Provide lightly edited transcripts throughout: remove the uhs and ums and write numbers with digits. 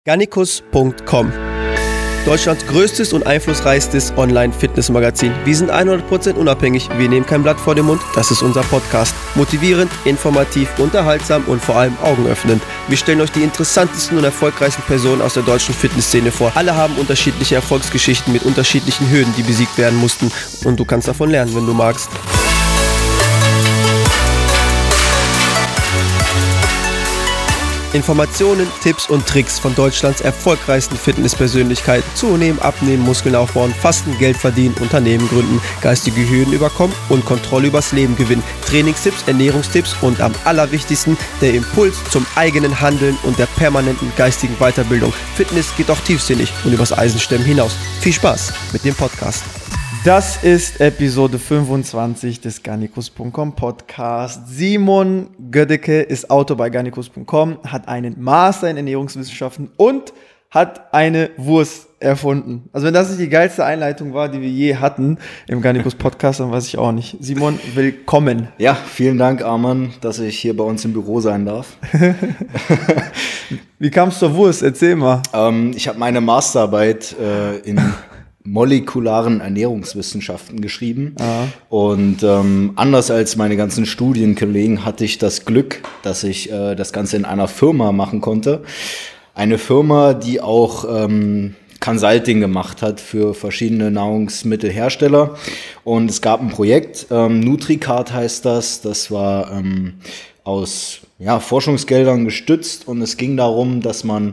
Gannikus.com. Deutschlands größtes und einflussreichstes Online-Fitness-Magazin. Wir sind 100% unabhängig, wir nehmen kein Blatt vor den Mund, das ist unser Podcast. Motivierend, informativ, unterhaltsam und vor allem augenöffnend. Wir stellen euch die interessantesten und erfolgreichsten Personen aus der deutschen Fitnessszene vor. Alle haben unterschiedliche Erfolgsgeschichten mit unterschiedlichen Hürden, die besiegt werden mussten. Und du kannst davon lernen, wenn du magst. Informationen, Tipps und Tricks von Deutschlands erfolgreichsten Fitnesspersönlichkeiten. Zunehmen, abnehmen, Muskeln aufbauen, fasten, Geld verdienen, Unternehmen gründen, geistige Hürden überkommen und Kontrolle übers Leben gewinnen. Trainingstipps, Ernährungstipps und am allerwichtigsten der Impuls zum eigenen Handeln und der permanenten geistigen Weiterbildung. Fitness geht auch tiefsinnig und übers Eisenstemmen hinaus. Viel Spaß mit dem Podcast. Das ist Episode 25 des Gannikus.com Podcast. Simon Gödecke ist Autor bei Gannikus.com, hat einen Master in Ernährungswissenschaften und hat eine Wurst erfunden. Also wenn das nicht die geilste Einleitung war, die wir je hatten im Gannikus Podcast, dann weiß ich auch nicht. Simon, willkommen. Ja, vielen Dank, Arman, dass ich hier bei uns im Büro sein darf. Wie kam es zur Wurst? Erzähl mal. Ich habe meine Masterarbeit in molekularen Ernährungswissenschaften geschrieben. Aha. Und anders als meine ganzen Studienkollegen hatte ich das Glück, dass ich das Ganze in einer Firma machen konnte. Eine Firma, die auch Consulting gemacht hat für verschiedene Nahrungsmittelhersteller. Und es gab ein Projekt, NutriCard heißt das. Das war aus Forschungsgeldern gestützt und es ging darum, dass man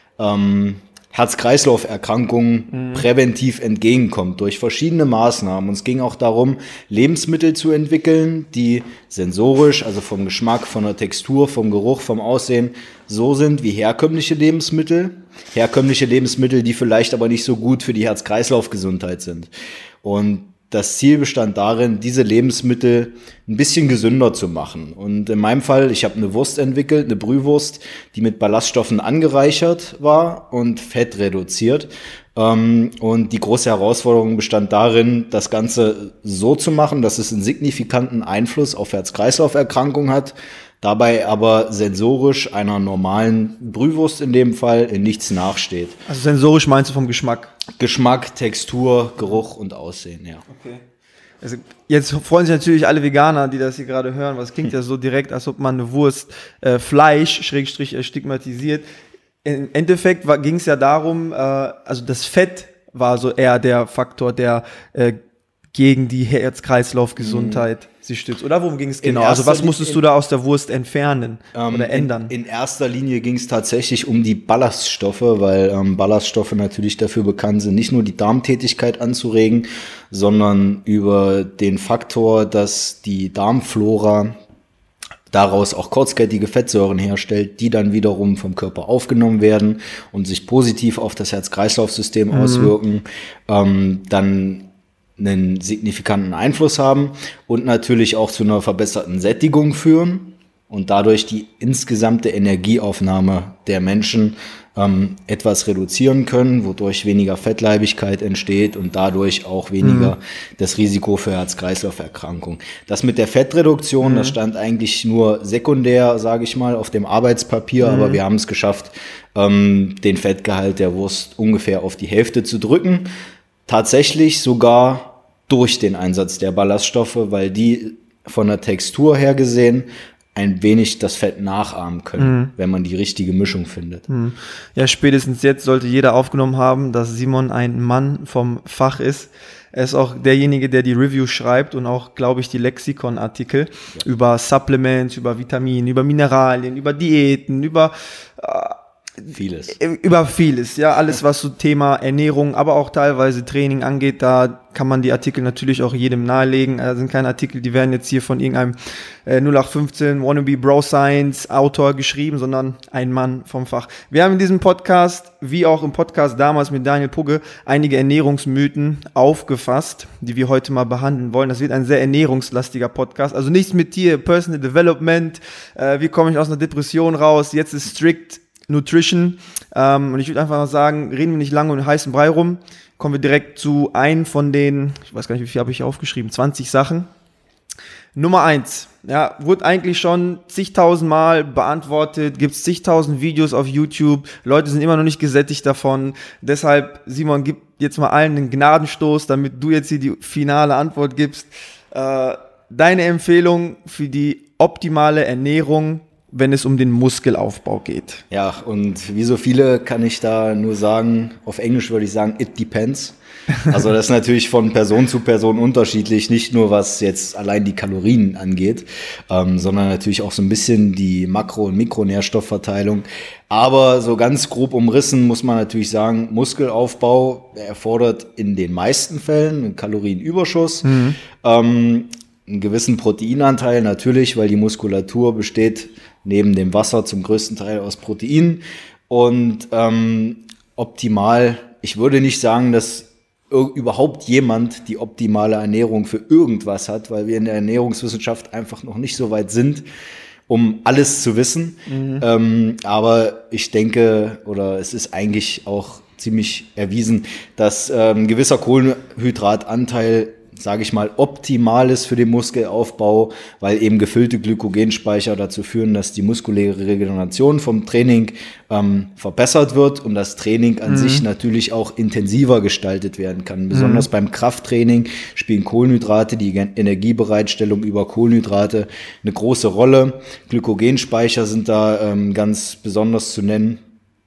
Herz-Kreislauf-Erkrankungen präventiv entgegenkommt durch verschiedene Maßnahmen. Und es ging auch darum, Lebensmittel zu entwickeln, die sensorisch, also vom Geschmack, von der Textur, vom Geruch, vom Aussehen so sind wie herkömmliche Lebensmittel. Herkömmliche Lebensmittel, die vielleicht aber nicht so gut für die Herz-Kreislauf-Gesundheit sind. Und das Ziel bestand darin, diese Lebensmittel ein bisschen gesünder zu machen. Und in meinem Fall, ich habe eine Wurst entwickelt, eine Brühwurst, die mit Ballaststoffen angereichert war und Fett reduziert. Und die große Herausforderung bestand darin, das Ganze so zu machen, dass es einen signifikanten Einfluss auf Herz-Kreislauf-Erkrankungen hat, dabei aber sensorisch einer normalen Brühwurst in dem Fall in nichts nachsteht. Also sensorisch meinst du vom Geschmack? Geschmack, Textur, Geruch und Aussehen, ja. Okay. Also jetzt freuen sich natürlich alle Veganer, die das hier gerade hören, weil es klingt ja so direkt, als ob man eine Wurst Fleisch stigmatisiert. Im Endeffekt ging es ja darum, also das Fett war so eher der Faktor, der gegen die Herz-Kreislauf-Gesundheit sich stützt. Oder worum ging es genau? Also was musstest du da aus der Wurst entfernen oder ändern? In erster Linie ging es tatsächlich um die Ballaststoffe, weil Ballaststoffe natürlich dafür bekannt sind, nicht nur die Darmtätigkeit anzuregen, sondern über den Faktor, dass die Darmflora daraus auch kurzkettige Fettsäuren herstellt, die dann wiederum vom Körper aufgenommen werden und sich positiv auf das Herz-Kreislauf-System auswirken, dann einen signifikanten Einfluss haben und natürlich auch zu einer verbesserten Sättigung führen und dadurch die insgesamte Energieaufnahme der Menschen etwas reduzieren können, wodurch weniger Fettleibigkeit entsteht und dadurch auch weniger das Risiko für Herz-Kreislauf-Erkrankungen. Das mit der Fettreduktion, das stand eigentlich nur sekundär, sage ich mal, auf dem Arbeitspapier, aber wir haben es geschafft, den Fettgehalt der Wurst ungefähr auf die Hälfte zu drücken. Tatsächlich sogar durch den Einsatz der Ballaststoffe, weil die von der Textur her gesehen ein wenig das Fett nachahmen können, wenn man die richtige Mischung findet. Ja, spätestens jetzt sollte jeder aufgenommen haben, dass Simon ein Mann vom Fach ist. Er ist auch derjenige, der die Review schreibt und auch, glaube ich, die Lexikon-Artikel über Supplements, über Vitamine, über Mineralien, über Diäten, über vieles, ja, alles was so Thema Ernährung, aber auch teilweise Training angeht, da kann man die Artikel natürlich auch jedem nahelegen. Da sind keine Artikel, die werden jetzt hier von irgendeinem 0815 Wannabe Bro Science Autor geschrieben, sondern ein Mann vom Fach. Wir haben in diesem Podcast, wie auch im Podcast damals mit Daniel Pugge, einige Ernährungsmythen aufgefasst, die wir heute mal behandeln wollen. Das wird ein sehr ernährungslastiger Podcast, also nichts mit hier Personal Development, wie komme ich aus einer Depression raus, jetzt ist strict Nutrition, und ich würde einfach mal sagen, reden wir nicht lange um den heißen Brei rum, kommen wir direkt zu einem von den, ich weiß gar nicht, wie viel habe ich aufgeschrieben, 20 Sachen, Nummer 1, ja, wurde eigentlich schon zigtausend Mal beantwortet, gibt es zigtausend Videos auf YouTube, Leute sind immer noch nicht gesättigt davon, deshalb, Simon, gib jetzt mal allen einen Gnadenstoß, damit du jetzt hier die finale Antwort gibst. Deine Empfehlung für die optimale Ernährung, wenn es um den Muskelaufbau geht. Ja, und wie so viele kann ich da nur sagen, auf Englisch würde ich sagen, it depends. Also das ist natürlich von Person zu Person unterschiedlich, nicht nur was jetzt allein die Kalorien angeht, sondern natürlich auch so ein bisschen die Makro- und Mikronährstoffverteilung. Aber so ganz grob umrissen muss man natürlich sagen, Muskelaufbau erfordert in den meisten Fällen einen Kalorienüberschuss, einen gewissen Proteinanteil natürlich, weil die Muskulatur besteht neben dem Wasser zum größten Teil aus Proteinen. Und optimal, ich würde nicht sagen, dass überhaupt jemand die optimale Ernährung für irgendwas hat, weil wir in der Ernährungswissenschaft einfach noch nicht so weit sind, um alles zu wissen. Aber ich denke, oder es ist eigentlich auch ziemlich erwiesen, dass ein gewisser Kohlenhydratanteil, sage ich mal, optimal ist für den Muskelaufbau, weil eben gefüllte Glykogenspeicher dazu führen, dass die muskuläre Regeneration vom Training verbessert wird und das Training an sich natürlich auch intensiver gestaltet werden kann. Besonders beim Krafttraining spielen Kohlenhydrate, die Energiebereitstellung über Kohlenhydrate eine große Rolle. Glykogenspeicher sind da ganz besonders zu nennen.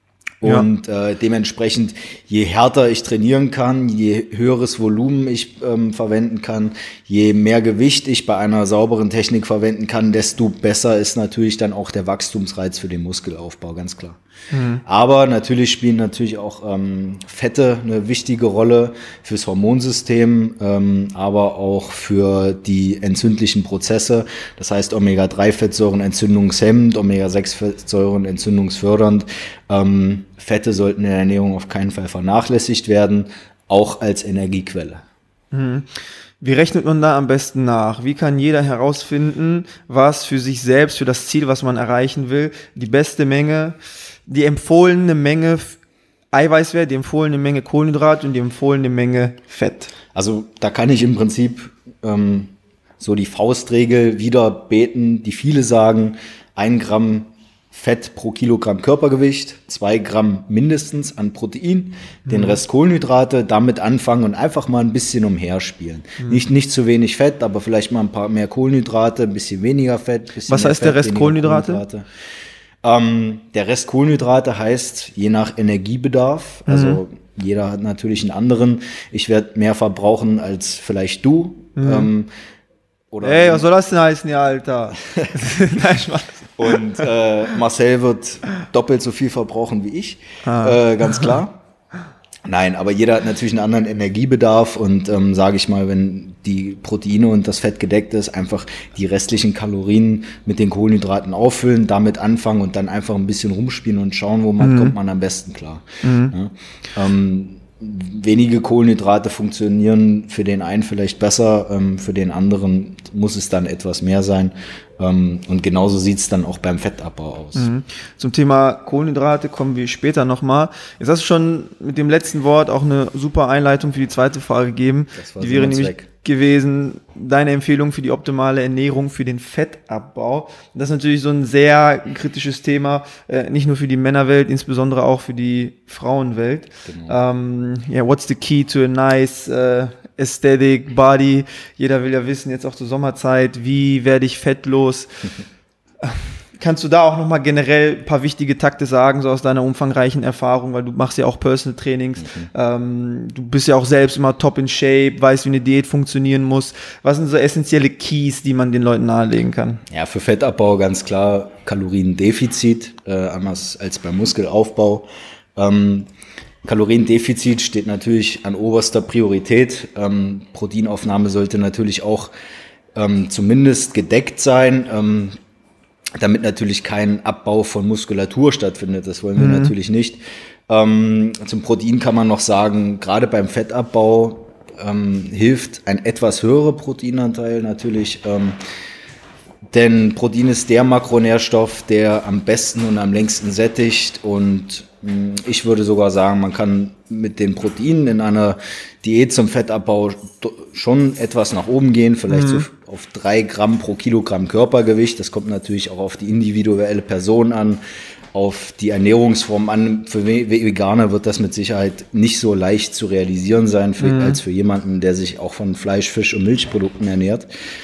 Und dementsprechend, je härter ich trainieren kann, je höheres Volumen ich verwenden kann, je mehr Gewicht ich bei einer sauberen Technik verwenden kann, desto besser ist natürlich dann auch der Wachstumsreiz für den Muskelaufbau, ganz klar. Aber natürlich spielen natürlich auch Fette eine wichtige Rolle fürs Hormonsystem, aber auch für die entzündlichen Prozesse. Das heißt Omega-3-Fettsäuren entzündungshemmend, Omega-6-Fettsäuren entzündungsfördernd. Fette sollten in der Ernährung auf keinen Fall vernachlässigt werden, auch als Energiequelle. Wie rechnet man da am besten nach? Wie kann jeder herausfinden, was für sich selbst, für das Ziel, was man erreichen will, die beste Menge, die empfohlene Menge Eiweißwert, die empfohlene Menge Kohlenhydrat und die empfohlene Menge Fett? Also da kann ich im Prinzip so die Faustregel wieder beten, die viele sagen, 1 Gramm Fett pro Kilogramm Körpergewicht, 2 Gramm mindestens an Protein, den Rest Kohlenhydrate, damit anfangen und einfach mal ein bisschen umherspielen. Nicht zu wenig Fett, aber vielleicht mal ein paar mehr Kohlenhydrate, ein bisschen weniger Fett. Was heißt der Rest Kohlenhydrate? Der Rest Kohlenhydrate heißt, je nach Energiebedarf, also jeder hat natürlich einen anderen, ich werde mehr verbrauchen als vielleicht du. Ey, was soll das denn heißen, ja, Alter? Nein, Spaß. Und Marcel wird doppelt so viel verbrauchen wie ich, ganz klar. Nein, aber jeder hat natürlich einen anderen Energiebedarf und sage ich mal, wenn die Proteine und das Fett gedeckt ist, einfach die restlichen Kalorien mit den Kohlenhydraten auffüllen, damit anfangen und dann einfach ein bisschen rumspielen und schauen, kommt man am besten klar. Ja? Wenige Kohlenhydrate funktionieren für den einen vielleicht besser, für den anderen muss es dann etwas mehr sein. Und genauso sieht's dann auch beim Fettabbau aus. Zum Thema Kohlenhydrate kommen wir später nochmal. Jetzt hast du schon mit dem letzten Wort auch eine super Einleitung für die zweite Frage gegeben. Die wäre nämlich gewesen, deine Empfehlung für die optimale Ernährung für den Fettabbau. Das ist natürlich so ein sehr kritisches Thema, nicht nur für die Männerwelt, insbesondere auch für die Frauenwelt. Genau. What's the key to a nice aesthetic body? Jeder will ja wissen, jetzt auch zur Sommerzeit, wie werde ich fettlos? Kannst du da auch nochmal generell ein paar wichtige Takte sagen, so aus deiner umfangreichen Erfahrung, weil du machst ja auch Personal Trainings, du bist ja auch selbst immer top in Shape, weißt, wie eine Diät funktionieren muss. Was sind so essentielle Keys, die man den Leuten nahelegen kann? Ja, für Fettabbau ganz klar Kaloriendefizit, anders als beim Muskelaufbau. Kaloriendefizit steht natürlich an oberster Priorität. Proteinaufnahme sollte natürlich auch zumindest gedeckt sein, damit natürlich kein Abbau von Muskulatur stattfindet. Das wollen wir natürlich nicht. Zum Protein kann man noch sagen, gerade beim Fettabbau hilft ein etwas höherer Proteinanteil natürlich, denn Protein ist der Makronährstoff, der am besten und am längsten sättigt und Ich würde sogar sagen, man kann mit den Proteinen in einer Diät zum Fettabbau schon etwas nach oben gehen, vielleicht so auf 3 Gramm pro Kilogramm Körpergewicht. Das kommt natürlich auch auf die individuelle Person an, auf die Ernährungsform an. Für Veganer wird das mit Sicherheit nicht so leicht zu realisieren sein, als für jemanden, der sich auch von Fleisch, Fisch und Milchprodukten ernährt.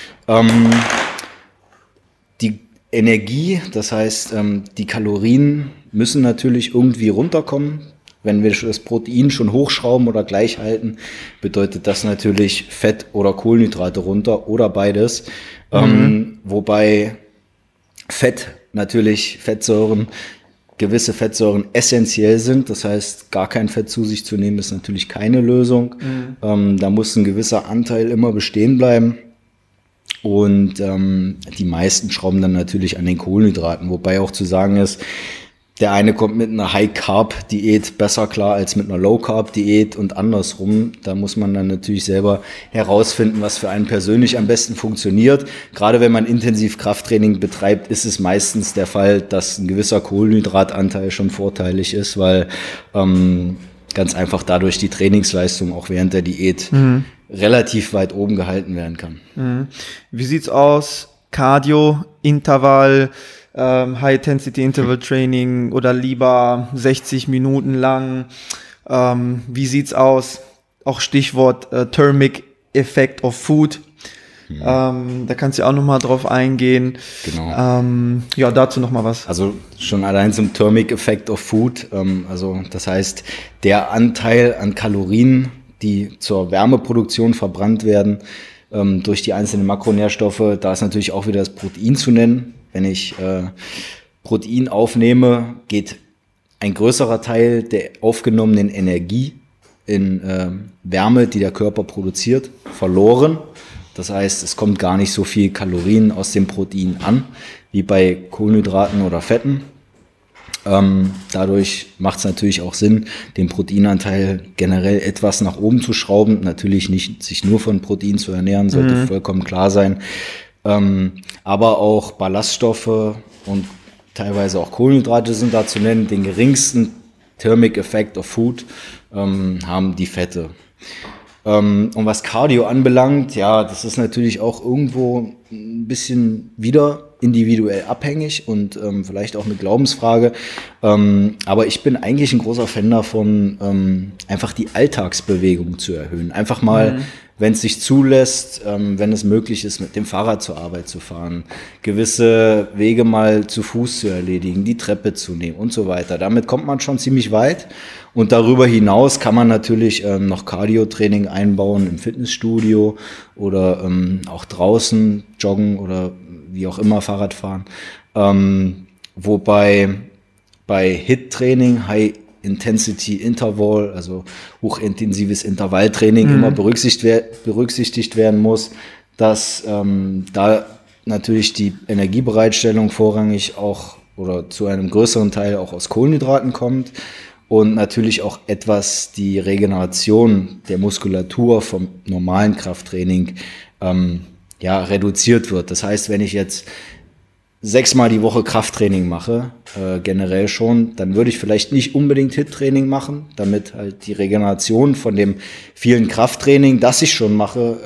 Die Energie, das heißt, die Kalorien müssen natürlich irgendwie runterkommen. Wenn wir das Protein schon hochschrauben oder gleich halten, bedeutet das natürlich Fett oder Kohlenhydrate runter oder beides. Wobei gewisse Fettsäuren essentiell sind. Das heißt, gar kein Fett zu sich zu nehmen, ist natürlich keine Lösung. Da muss ein gewisser Anteil immer bestehen bleiben. Und die meisten schrauben dann natürlich an den Kohlenhydraten, wobei auch zu sagen ist, der eine kommt mit einer High-Carb-Diät besser klar als mit einer Low-Carb-Diät und andersrum. Da muss man dann natürlich selber herausfinden, was für einen persönlich am besten funktioniert. Gerade wenn man intensiv Krafttraining betreibt, ist es meistens der Fall, dass ein gewisser Kohlenhydratanteil schon vorteilig ist, weil ganz einfach dadurch die Trainingsleistung auch während der Diät relativ weit oben gehalten werden kann. Wie sieht's aus? Cardio, Intervall, High-Intensity-Interval-Training oder lieber 60 Minuten lang? Wie sieht's aus? Auch Stichwort Thermic Effect of Food. Da kannst du auch nochmal drauf eingehen. Genau. Ja, dazu nochmal was. Also schon allein zum Thermic Effect of Food. Also das heißt, der Anteil an Kalorien, die zur Wärmeproduktion verbrannt werden durch die einzelnen Makronährstoffe, da ist natürlich auch wieder das Protein zu nennen. Wenn ich Protein aufnehme, geht ein größerer Teil der aufgenommenen Energie in Wärme, die der Körper produziert, verloren. Das heißt, es kommt gar nicht so viel Kalorien aus dem Protein an, wie bei Kohlenhydraten oder Fetten. Dadurch macht es natürlich auch Sinn, den Proteinanteil generell etwas nach oben zu schrauben. Natürlich nicht sich nur von Protein zu ernähren, sollte vollkommen klar sein. Aber auch Ballaststoffe und teilweise auch Kohlenhydrate sind da zu nennen. Den geringsten Thermic Effect of Food haben die Fette. Und was Cardio anbelangt, ja, das ist natürlich auch irgendwo ein bisschen wieder individuell abhängig und vielleicht auch eine Glaubensfrage. Aber ich bin eigentlich ein großer Fan davon, einfach die Alltagsbewegung zu erhöhen. Einfach mal, wenn es sich zulässt, wenn es möglich ist, mit dem Fahrrad zur Arbeit zu fahren, gewisse Wege mal zu Fuß zu erledigen, die Treppe zu nehmen und so weiter. Damit kommt man schon ziemlich weit. Und darüber hinaus kann man natürlich noch Cardio-Training einbauen im Fitnessstudio oder auch draußen joggen oder wie auch immer Fahrrad fahren. Wobei bei HIIT-Training, High-Intensity Interval, also hochintensives Intervalltraining immer berücksichtigt werden muss, dass da natürlich die Energiebereitstellung vorrangig auch oder zu einem größeren Teil auch aus Kohlenhydraten kommt. Und natürlich auch etwas die Regeneration der Muskulatur vom normalen Krafttraining reduziert wird. Das heißt, wenn ich jetzt 6-mal die Woche Krafttraining mache, generell schon, dann würde ich vielleicht nicht unbedingt HIIT-Training machen, damit halt die Regeneration von dem vielen Krafttraining, das ich schon mache,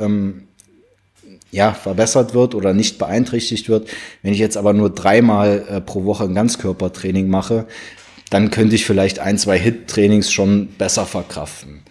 verbessert wird oder nicht beeinträchtigt wird. Wenn ich jetzt aber nur 3-mal pro Woche ein Ganzkörpertraining mache, dann könnte ich vielleicht 1-2 HIIT-Trainings schon besser verkraften.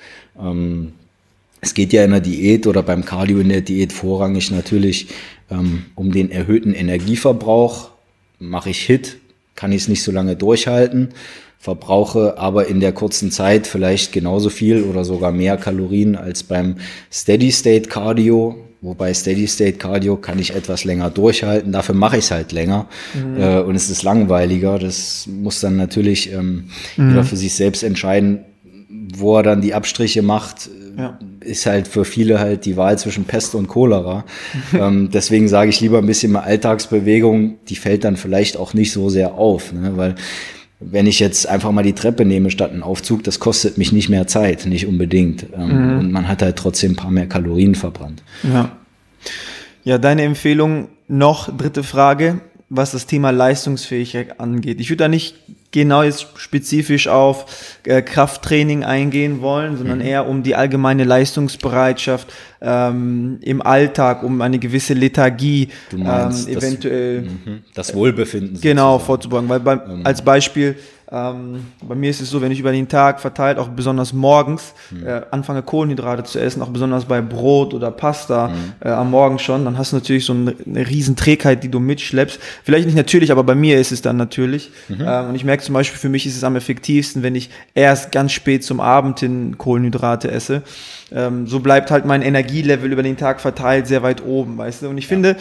Es geht ja in der Diät oder beim Cardio in der Diät vorrangig natürlich um den erhöhten Energieverbrauch. Mache ich HIIT, kann ich es nicht so lange durchhalten, verbrauche aber in der kurzen Zeit vielleicht genauso viel oder sogar mehr Kalorien als beim Steady-State-Cardio. Wobei Steady-State-Cardio kann ich etwas länger durchhalten, dafür mache ich es halt länger und es ist langweiliger. Das muss dann natürlich jeder für sich selbst entscheiden, wo er dann die Abstriche macht. Ist halt für viele halt die Wahl zwischen Pest und Cholera. Deswegen sage ich lieber ein bisschen mehr Alltagsbewegung, die fällt dann vielleicht auch nicht so sehr auf, ne? Weil wenn ich jetzt einfach mal die Treppe nehme statt einen Aufzug, das kostet mich nicht mehr Zeit, nicht unbedingt. Und man hat halt trotzdem ein paar mehr Kalorien verbrannt. Ja, deine Empfehlung noch, dritte Frage, was das Thema Leistungsfähigkeit angeht. Ich würde da nicht genau jetzt spezifisch auf Krafttraining eingehen wollen, sondern eher um die allgemeine Leistungsbereitschaft im Alltag, um eine gewisse Lethargie Du meinst eventuell das Wohlbefinden genau vorzubeugen. Weil als Beispiel, bei mir ist es so, wenn ich über den Tag verteilt, auch besonders morgens, anfange Kohlenhydrate zu essen, auch besonders bei Brot oder Pasta am Morgen schon, dann hast du natürlich so eine riesen Trägheit, die du mitschleppst. Vielleicht nicht natürlich, aber bei mir ist es dann natürlich. Und ich merke zum Beispiel, für mich ist es am effektivsten, wenn ich erst ganz spät zum Abend hin Kohlenhydrate esse. So bleibt halt mein Energielevel über den Tag verteilt sehr weit oben, weißt du? Und ich finde,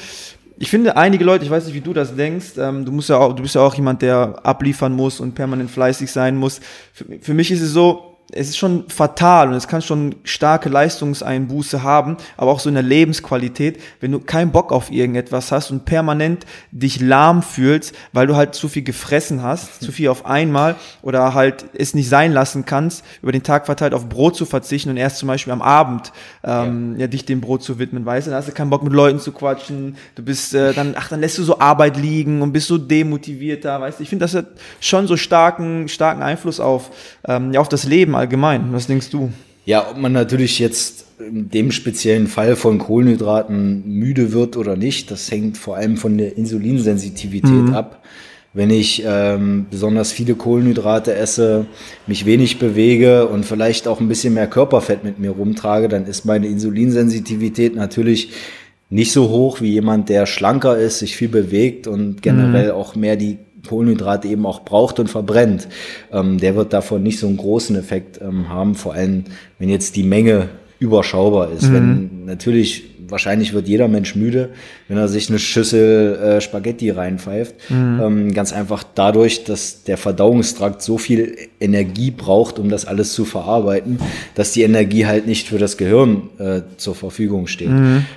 einige Leute, ich weiß nicht, wie du das denkst, du bist ja auch jemand, der abliefern muss und permanent fleißig sein muss. Für mich ist es so, es ist schon fatal und es kann schon starke Leistungseinbuße haben, aber auch so in der Lebensqualität, wenn du keinen Bock auf irgendetwas hast und permanent dich lahm fühlst, weil du halt zu viel gefressen hast, zu viel auf einmal oder halt es nicht sein lassen kannst, über den Tag verteilt auf Brot zu verzichten und erst zum Beispiel am Abend dich dem Brot zu widmen, weißt du, dann hast du keinen Bock mit Leuten zu quatschen, du bist dann lässt du so Arbeit liegen und bist so demotivierter, weißt du, ich finde, das hat schon so starken Einfluss auf das Leben allgemein. Was denkst du? Ja, ob man natürlich jetzt in dem speziellen Fall von Kohlenhydraten müde wird oder nicht, das hängt vor allem von der Insulinsensitivität ab. Wenn ich besonders viele Kohlenhydrate esse, mich wenig bewege und vielleicht auch ein bisschen mehr Körperfett mit mir rumtrage, dann ist meine Insulinsensitivität natürlich nicht so hoch wie jemand, der schlanker ist, sich viel bewegt und generell auch mehr die Kohlenhydrate eben auch braucht und verbrennt. Der wird davon nicht so einen großen Effekt haben, vor allem wenn jetzt die Menge überschaubar ist. Wenn natürlich, wahrscheinlich wird jeder Mensch müde, wenn er sich eine Schüssel Spaghetti reinpfeift. Ganz einfach dadurch, dass der Verdauungstrakt so viel Energie braucht, um das alles zu verarbeiten, dass die Energie halt nicht für das Gehirn zur Verfügung steht.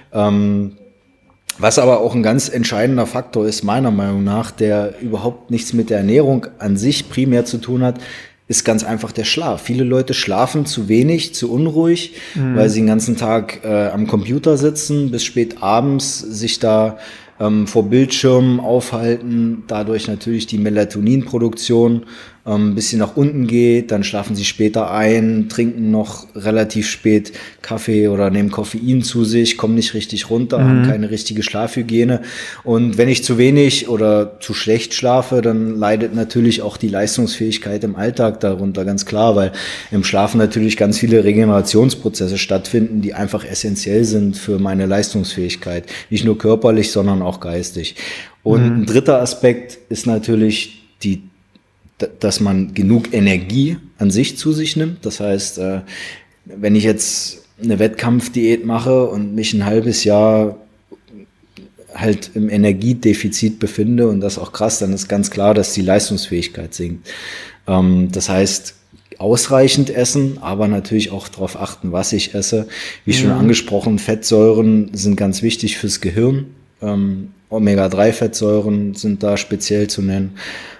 Was aber auch ein ganz entscheidender Faktor ist, meiner Meinung nach, der überhaupt nichts mit der Ernährung an sich primär zu tun hat, ist ganz einfach der Schlaf. Viele Leute schlafen zu wenig, zu unruhig, weil sie den ganzen Tag am Computer sitzen, bis spät abends sich da vor Bildschirmen aufhalten, dadurch natürlich die Melatoninproduktion ein bisschen nach unten geht, dann schlafen sie später ein, trinken noch relativ spät Kaffee oder nehmen Koffein zu sich, kommen nicht richtig runter, haben keine richtige Schlafhygiene. Und wenn ich zu wenig oder zu schlecht schlafe, dann leidet natürlich auch die Leistungsfähigkeit im Alltag darunter, ganz klar, weil im Schlafen natürlich ganz viele Regenerationsprozesse stattfinden, die einfach essentiell sind für meine Leistungsfähigkeit. Nicht nur körperlich, sondern auch geistig. Und ein dritter Aspekt ist natürlich dass man genug Energie an sich zu sich nimmt. Das heißt, wenn ich jetzt eine Wettkampfdiät mache und mich ein halbes Jahr halt im Energiedefizit befinde und das auch krass, dann ist ganz klar, dass die Leistungsfähigkeit sinkt. Das heißt, ausreichend essen, aber natürlich auch darauf achten, was ich esse. Wie schon angesprochen, Fettsäuren sind ganz wichtig fürs Gehirn. Omega-3-Fettsäuren sind da speziell zu nennen.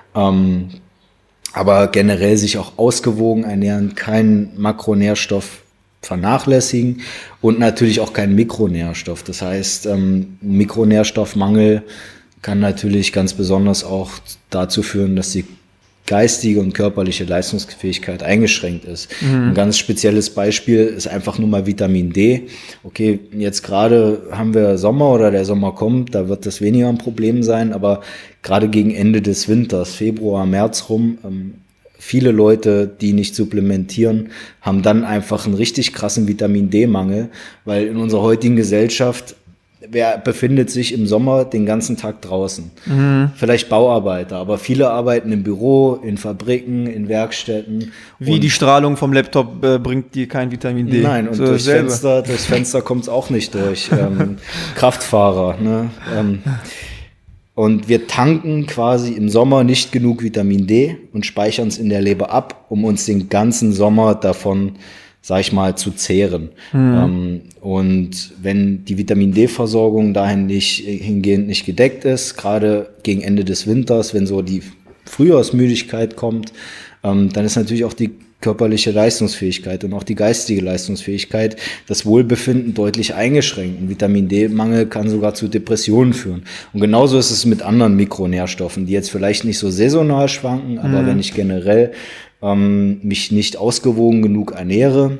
Aber generell sich auch ausgewogen ernähren, keinen Makronährstoff vernachlässigen und natürlich auch keinen Mikronährstoff. Das heißt, Mikronährstoffmangel kann natürlich ganz besonders auch dazu führen, dass die geistige und körperliche Leistungsfähigkeit eingeschränkt ist. Ein ganz spezielles Beispiel ist einfach nur mal Vitamin D. Okay, jetzt gerade haben wir Sommer oder der Sommer kommt, da wird das weniger ein Problem sein, aber gerade gegen Ende des Winters, Februar, März rum, viele Leute, die nicht supplementieren, haben dann einfach einen richtig krassen Vitamin D-Mangel, weil in unserer heutigen Gesellschaft, wer befindet sich im Sommer den ganzen Tag draußen? Vielleicht Bauarbeiter, aber viele arbeiten im Büro, in Fabriken, in Werkstätten. Wie die Strahlung vom Laptop bringt dir kein Vitamin D. Nein, und so durchs Fenster kommt es auch nicht durch. Kraftfahrer, ne? Und wir tanken quasi im Sommer nicht genug Vitamin D und speichern es in der Leber ab, um uns den ganzen Sommer davon, sag ich mal, zu zehren. Und wenn die Vitamin D-Versorgung hingehend nicht gedeckt ist, gerade gegen Ende des Winters, wenn so die Frühjahrsmüdigkeit kommt, dann ist natürlich auch die körperliche Leistungsfähigkeit und auch die geistige Leistungsfähigkeit, das Wohlbefinden deutlich eingeschränkt. Ein Vitamin-D-Mangel kann sogar zu Depressionen führen. Und genauso ist es mit anderen Mikronährstoffen, die jetzt vielleicht nicht so saisonal schwanken, aber wenn ich generell mich nicht ausgewogen genug ernähre,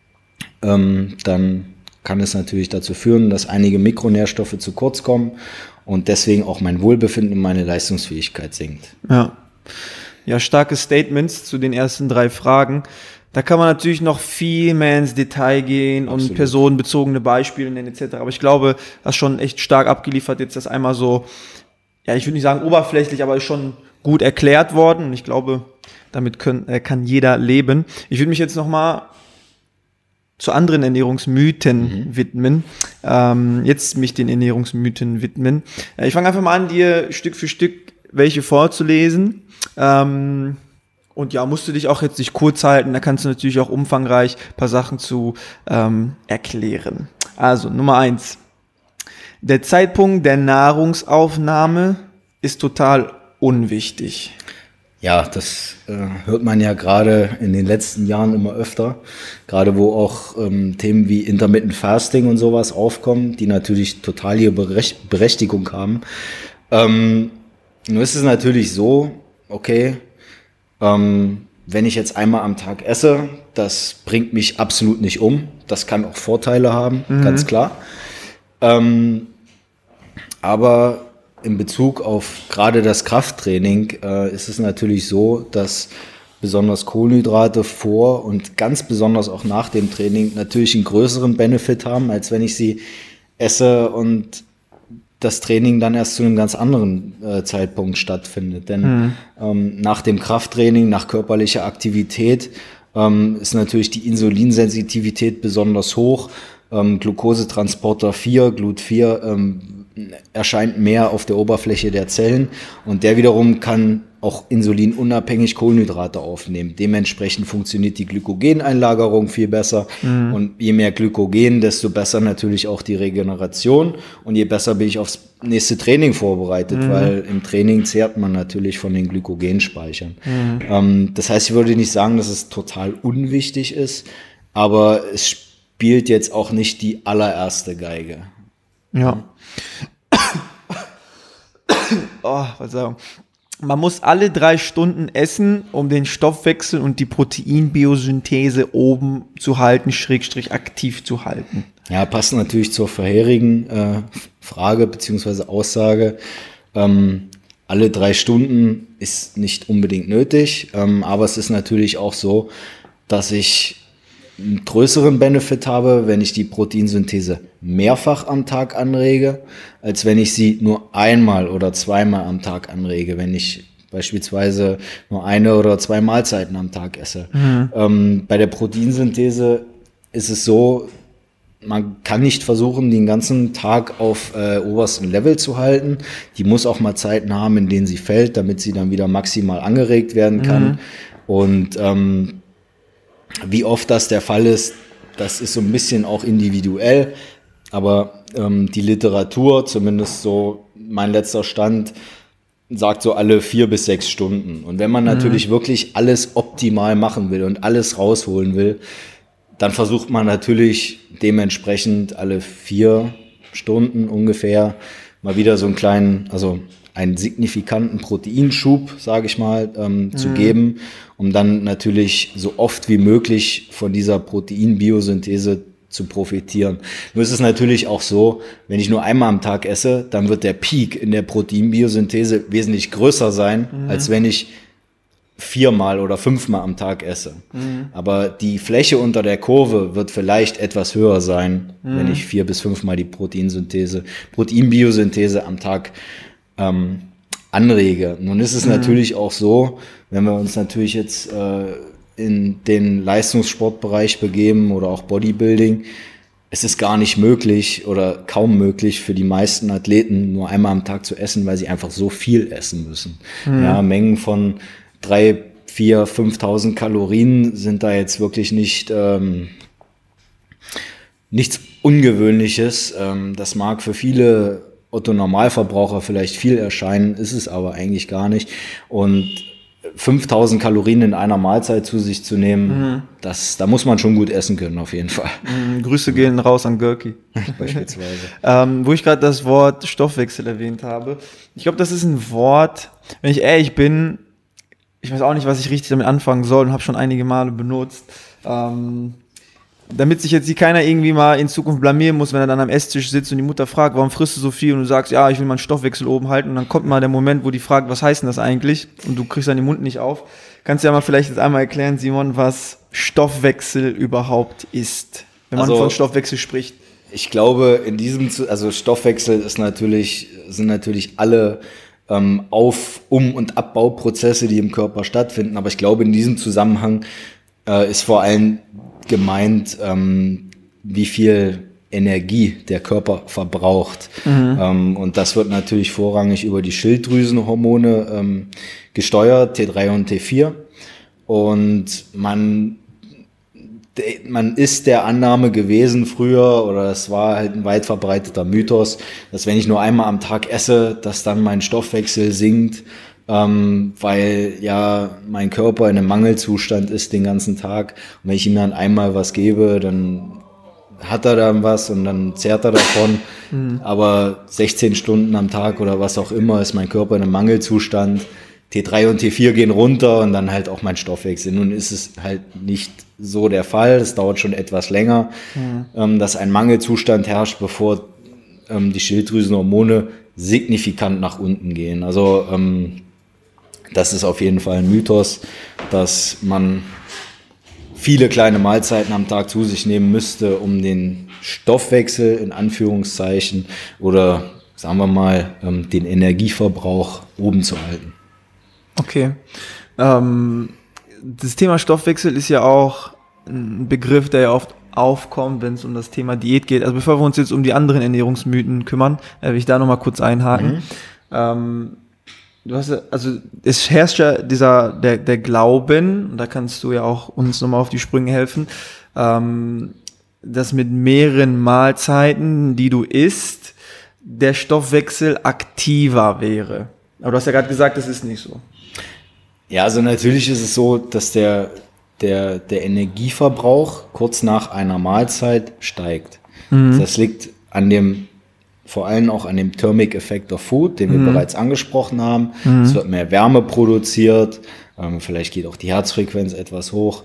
dann kann es natürlich dazu führen, dass einige Mikronährstoffe zu kurz kommen und deswegen auch mein Wohlbefinden und meine Leistungsfähigkeit sinkt. Ja, starke Statements zu den ersten 3 Fragen. Da kann man natürlich noch viel mehr ins Detail gehen und personenbezogene Beispiele nennen etc. Aber ich glaube, das ist schon echt stark abgeliefert. Jetzt das einmal so, ja, ich würde nicht sagen oberflächlich, aber ist schon gut erklärt worden. Und ich glaube, damit kann jeder leben. Ich würde mich jetzt noch mal zu anderen Ernährungsmythen widmen. Jetzt mich den Ernährungsmythen widmen. Ich fange einfach mal an, dir Stück für Stück welche vorzulesen. Und ja, musst du dich auch jetzt nicht kurz halten, da kannst du natürlich auch umfangreich ein paar Sachen zu erklären. Also, Nummer 1. Der Zeitpunkt der Nahrungsaufnahme ist total unwichtig. Ja, das hört man ja gerade in den letzten Jahren immer öfter, gerade wo auch Themen wie Intermittent Fasting und sowas aufkommen, die natürlich total ihre Berechtigung haben. Nur ist es natürlich so, okay, wenn ich jetzt einmal am Tag esse, das bringt mich absolut nicht um. Das kann auch Vorteile haben, ganz klar. Aber in Bezug auf gerade das Krafttraining ist es natürlich so, dass besonders Kohlenhydrate vor und ganz besonders auch nach dem Training natürlich einen größeren Benefit haben, als wenn ich sie esse und das Training dann erst zu einem ganz anderen Zeitpunkt stattfindet. Denn nach dem Krafttraining, nach körperlicher Aktivität ist natürlich die Insulinsensitivität besonders hoch. Glukosetransporter 4, GLUT4 erscheint mehr auf der Oberfläche der Zellen und der wiederum kann auch insulinunabhängig Kohlenhydrate aufnehmen. Dementsprechend funktioniert die Glykogeneinlagerung viel besser und je mehr Glykogen, desto besser natürlich auch die Regeneration und je besser bin ich aufs nächste Training vorbereitet, weil im Training zehrt man natürlich von den Glykogenspeichern. Das heißt, ich würde nicht sagen, dass es total unwichtig ist, aber es spielt jetzt auch nicht die allererste Geige. Ja. Oh, Verzeihung. Man muss alle 3 Stunden essen, um den Stoffwechsel und die Proteinbiosynthese oben zu halten, / aktiv zu halten. Ja, passt natürlich zur vorherigen Frage bzw. Aussage. Alle 3 Stunden ist nicht unbedingt nötig, aber es ist natürlich auch so, dass ich einen größeren Benefit habe, wenn ich die Proteinsynthese mehrfach am Tag anrege, als wenn ich sie nur einmal oder zweimal am Tag anrege, wenn ich beispielsweise nur 1 oder 2 Mahlzeiten am Tag esse. Bei der Proteinsynthese ist es so, man kann nicht versuchen, den ganzen Tag auf obersten Level zu halten. Die muss auch mal Zeiten haben, in denen sie fällt, damit sie dann wieder maximal angeregt werden kann. Und wie oft das der Fall ist, das ist so ein bisschen auch individuell, aber die Literatur, zumindest so mein letzter Stand, sagt so alle 4 bis 6 Stunden. Und wenn man natürlich wirklich alles optimal machen will und alles rausholen will, dann versucht man natürlich dementsprechend alle 4 Stunden ungefähr mal wieder so einen kleinen, also einen signifikanten Proteinschub, sage ich mal, zu geben, um dann natürlich so oft wie möglich von dieser Proteinbiosynthese zu profitieren. Nur ist es natürlich auch so, wenn ich nur einmal am Tag esse, dann wird der Peak in der Proteinbiosynthese wesentlich größer sein, als wenn ich 4-mal oder 5-mal am Tag esse. Aber die Fläche unter der Kurve wird vielleicht etwas höher sein, wenn ich 4 bis 5-mal die Proteinbiosynthese am Tag anrege. Nun ist es natürlich auch so, wenn wir uns natürlich jetzt in den Leistungssportbereich begeben oder auch Bodybuilding, es ist gar nicht möglich oder kaum möglich für die meisten Athleten nur einmal am Tag zu essen, weil sie einfach so viel essen müssen. Ja, Mengen von 3.000, 4.000, 5.000 Kalorien sind da jetzt wirklich nicht nichts Ungewöhnliches. Das mag für viele Otto-Normalverbraucher vielleicht viel erscheinen, ist es aber eigentlich gar nicht. Und 5000 Kalorien in einer Mahlzeit zu sich zu nehmen, da muss man schon gut essen können, auf jeden Fall. Grüße gehen raus an Görki. Beispielsweise. Wo ich gerade das Wort Stoffwechsel erwähnt habe. Ich glaube, das ist ein Wort, wenn ich ehrlich bin, ich weiß auch nicht, was ich richtig damit anfangen soll und habe schon einige Male benutzt. Damit sich jetzt hier keiner irgendwie mal in Zukunft blamieren muss, wenn er dann am Esstisch sitzt und die Mutter fragt, warum frisst du so viel? Und du sagst, ja, ich will meinen Stoffwechsel oben halten. Und dann kommt mal der Moment, wo die fragt, was heißt denn das eigentlich? Und du kriegst dann den Mund nicht auf. Kannst du ja mal vielleicht jetzt einmal erklären, Simon, was Stoffwechsel überhaupt ist, wenn man von Stoffwechsel spricht? Ich glaube, also Stoffwechsel sind natürlich alle Auf-, Um- und Abbauprozesse, die im Körper stattfinden. Aber ich glaube, in diesem Zusammenhang ist vor allem gemeint, wie viel Energie der Körper verbraucht. Und das wird natürlich vorrangig über die Schilddrüsenhormone gesteuert, T3 und T4. Und man ist der Annahme gewesen früher, oder es war halt ein weit verbreiteter Mythos, dass wenn ich nur einmal am Tag esse, dass dann mein Stoffwechsel sinkt, weil ja mein Körper in einem Mangelzustand ist den ganzen Tag. Und wenn ich ihm dann einmal was gebe, dann hat er dann was und dann zehrt er davon. Aber 16 Stunden am Tag oder was auch immer ist mein Körper in einem Mangelzustand. T3 und T4 gehen runter und dann halt auch mein Stoffwechsel. Nun ist es halt nicht so der Fall. Es dauert schon etwas länger, dass ein Mangelzustand herrscht, bevor die Schilddrüsenhormone signifikant nach unten gehen. Also das ist auf jeden Fall ein Mythos, dass man viele kleine Mahlzeiten am Tag zu sich nehmen müsste, um den Stoffwechsel in Anführungszeichen oder sagen wir mal den Energieverbrauch oben zu halten. Okay. Das Thema Stoffwechsel ist ja auch ein Begriff, der ja oft aufkommt, wenn es um das Thema Diät geht. Also bevor wir uns jetzt um die anderen Ernährungsmythen kümmern, will ich da nochmal kurz einhaken. Es herrscht ja der Glauben, und da kannst du ja auch uns nochmal auf die Sprünge helfen, dass mit mehreren Mahlzeiten, die du isst, der Stoffwechsel aktiver wäre. Aber du hast ja gerade gesagt, das ist nicht so. Ja, also natürlich ist es so, dass der Energieverbrauch kurz nach einer Mahlzeit steigt. Das liegt vor allem auch an dem Thermic Effect of Food, den wir bereits angesprochen haben. Es wird mehr Wärme produziert, vielleicht geht auch die Herzfrequenz etwas hoch.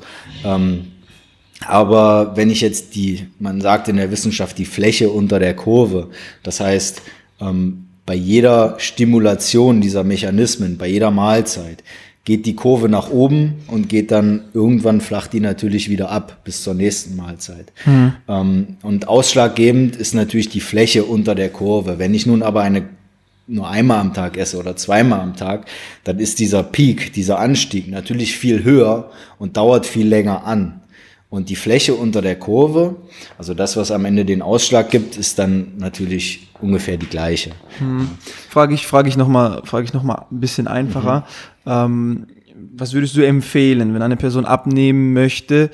Aber wenn ich jetzt man sagt in der Wissenschaft die Fläche unter der Kurve, das heißt, bei jeder Stimulation dieser Mechanismen, bei jeder Mahlzeit, geht die Kurve nach oben und geht dann irgendwann flacht die natürlich wieder ab bis zur nächsten Mahlzeit. Und ausschlaggebend ist natürlich die Fläche unter der Kurve. Wenn ich nun aber nur einmal am Tag esse oder zweimal am Tag, dann ist dieser Peak, dieser Anstieg natürlich viel höher und dauert viel länger an. Und die Fläche unter der Kurve, also das, was am Ende den Ausschlag gibt, ist dann natürlich ungefähr die gleiche. Frage ich noch mal ein bisschen einfacher. Was würdest du empfehlen, wenn eine Person abnehmen möchte?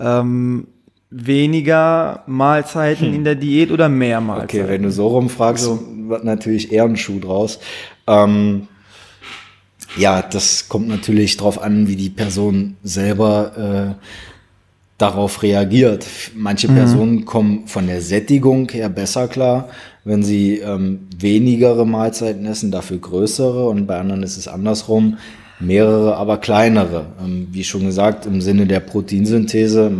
Weniger Mahlzeiten in der Diät oder mehr Mahlzeiten? Okay, wenn du so rumfragst, wird natürlich eher ein Schuh draus. Ja, das kommt natürlich drauf an, wie die Person selber darauf reagiert. Manche Personen kommen von der Sättigung her besser klar, wenn sie wenigere Mahlzeiten essen, dafür größere, und bei anderen ist es andersrum, mehrere, aber kleinere. Wie schon gesagt, im Sinne der Proteinsynthese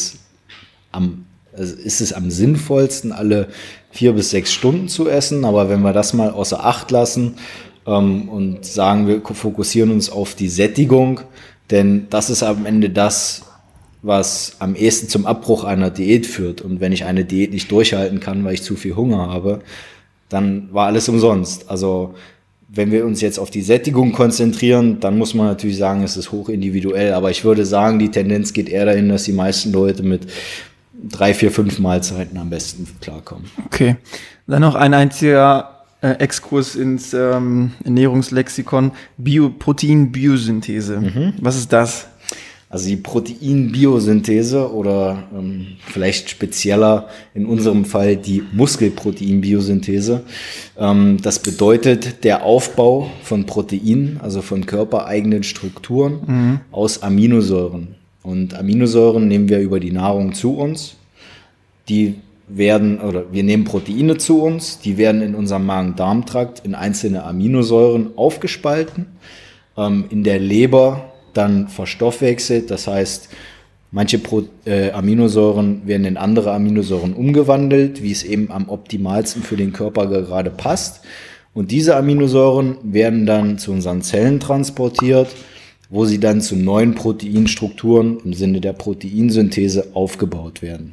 ist es am sinnvollsten, alle 4 bis 6 Stunden zu essen, aber wenn wir das mal außer Acht lassen und sagen, wir fokussieren uns auf die Sättigung, denn das ist am Ende das, was am ehesten zum Abbruch einer Diät führt. Und wenn ich eine Diät nicht durchhalten kann, weil ich zu viel Hunger habe, dann war alles umsonst. Also wenn wir uns jetzt auf die Sättigung konzentrieren, dann muss man natürlich sagen, es ist hochindividuell. Aber ich würde sagen, die Tendenz geht eher dahin, dass die meisten Leute mit 3, 4, 5 Mahlzeiten am besten klarkommen. Okay. Dann noch ein einziger Exkurs ins Ernährungslexikon. Protein-Biosynthese. Was ist das? Also die Proteinbiosynthese oder vielleicht spezieller in unserem Fall die Muskelproteinbiosynthese. Das bedeutet der Aufbau von Proteinen, also von körpereigenen Strukturen aus Aminosäuren. Und Aminosäuren nehmen wir über die Nahrung zu uns. Wir nehmen Proteine zu uns, die werden in unserem Magen-Darm-Trakt in einzelne Aminosäuren aufgespalten, in der Leber dann verstoffwechselt. Das heißt, manche Aminosäuren werden in andere Aminosäuren umgewandelt, wie es eben am optimalsten für den Körper gerade passt. Und diese Aminosäuren werden dann zu unseren Zellen transportiert, wo sie dann zu neuen Proteinstrukturen im Sinne der Proteinsynthese aufgebaut werden.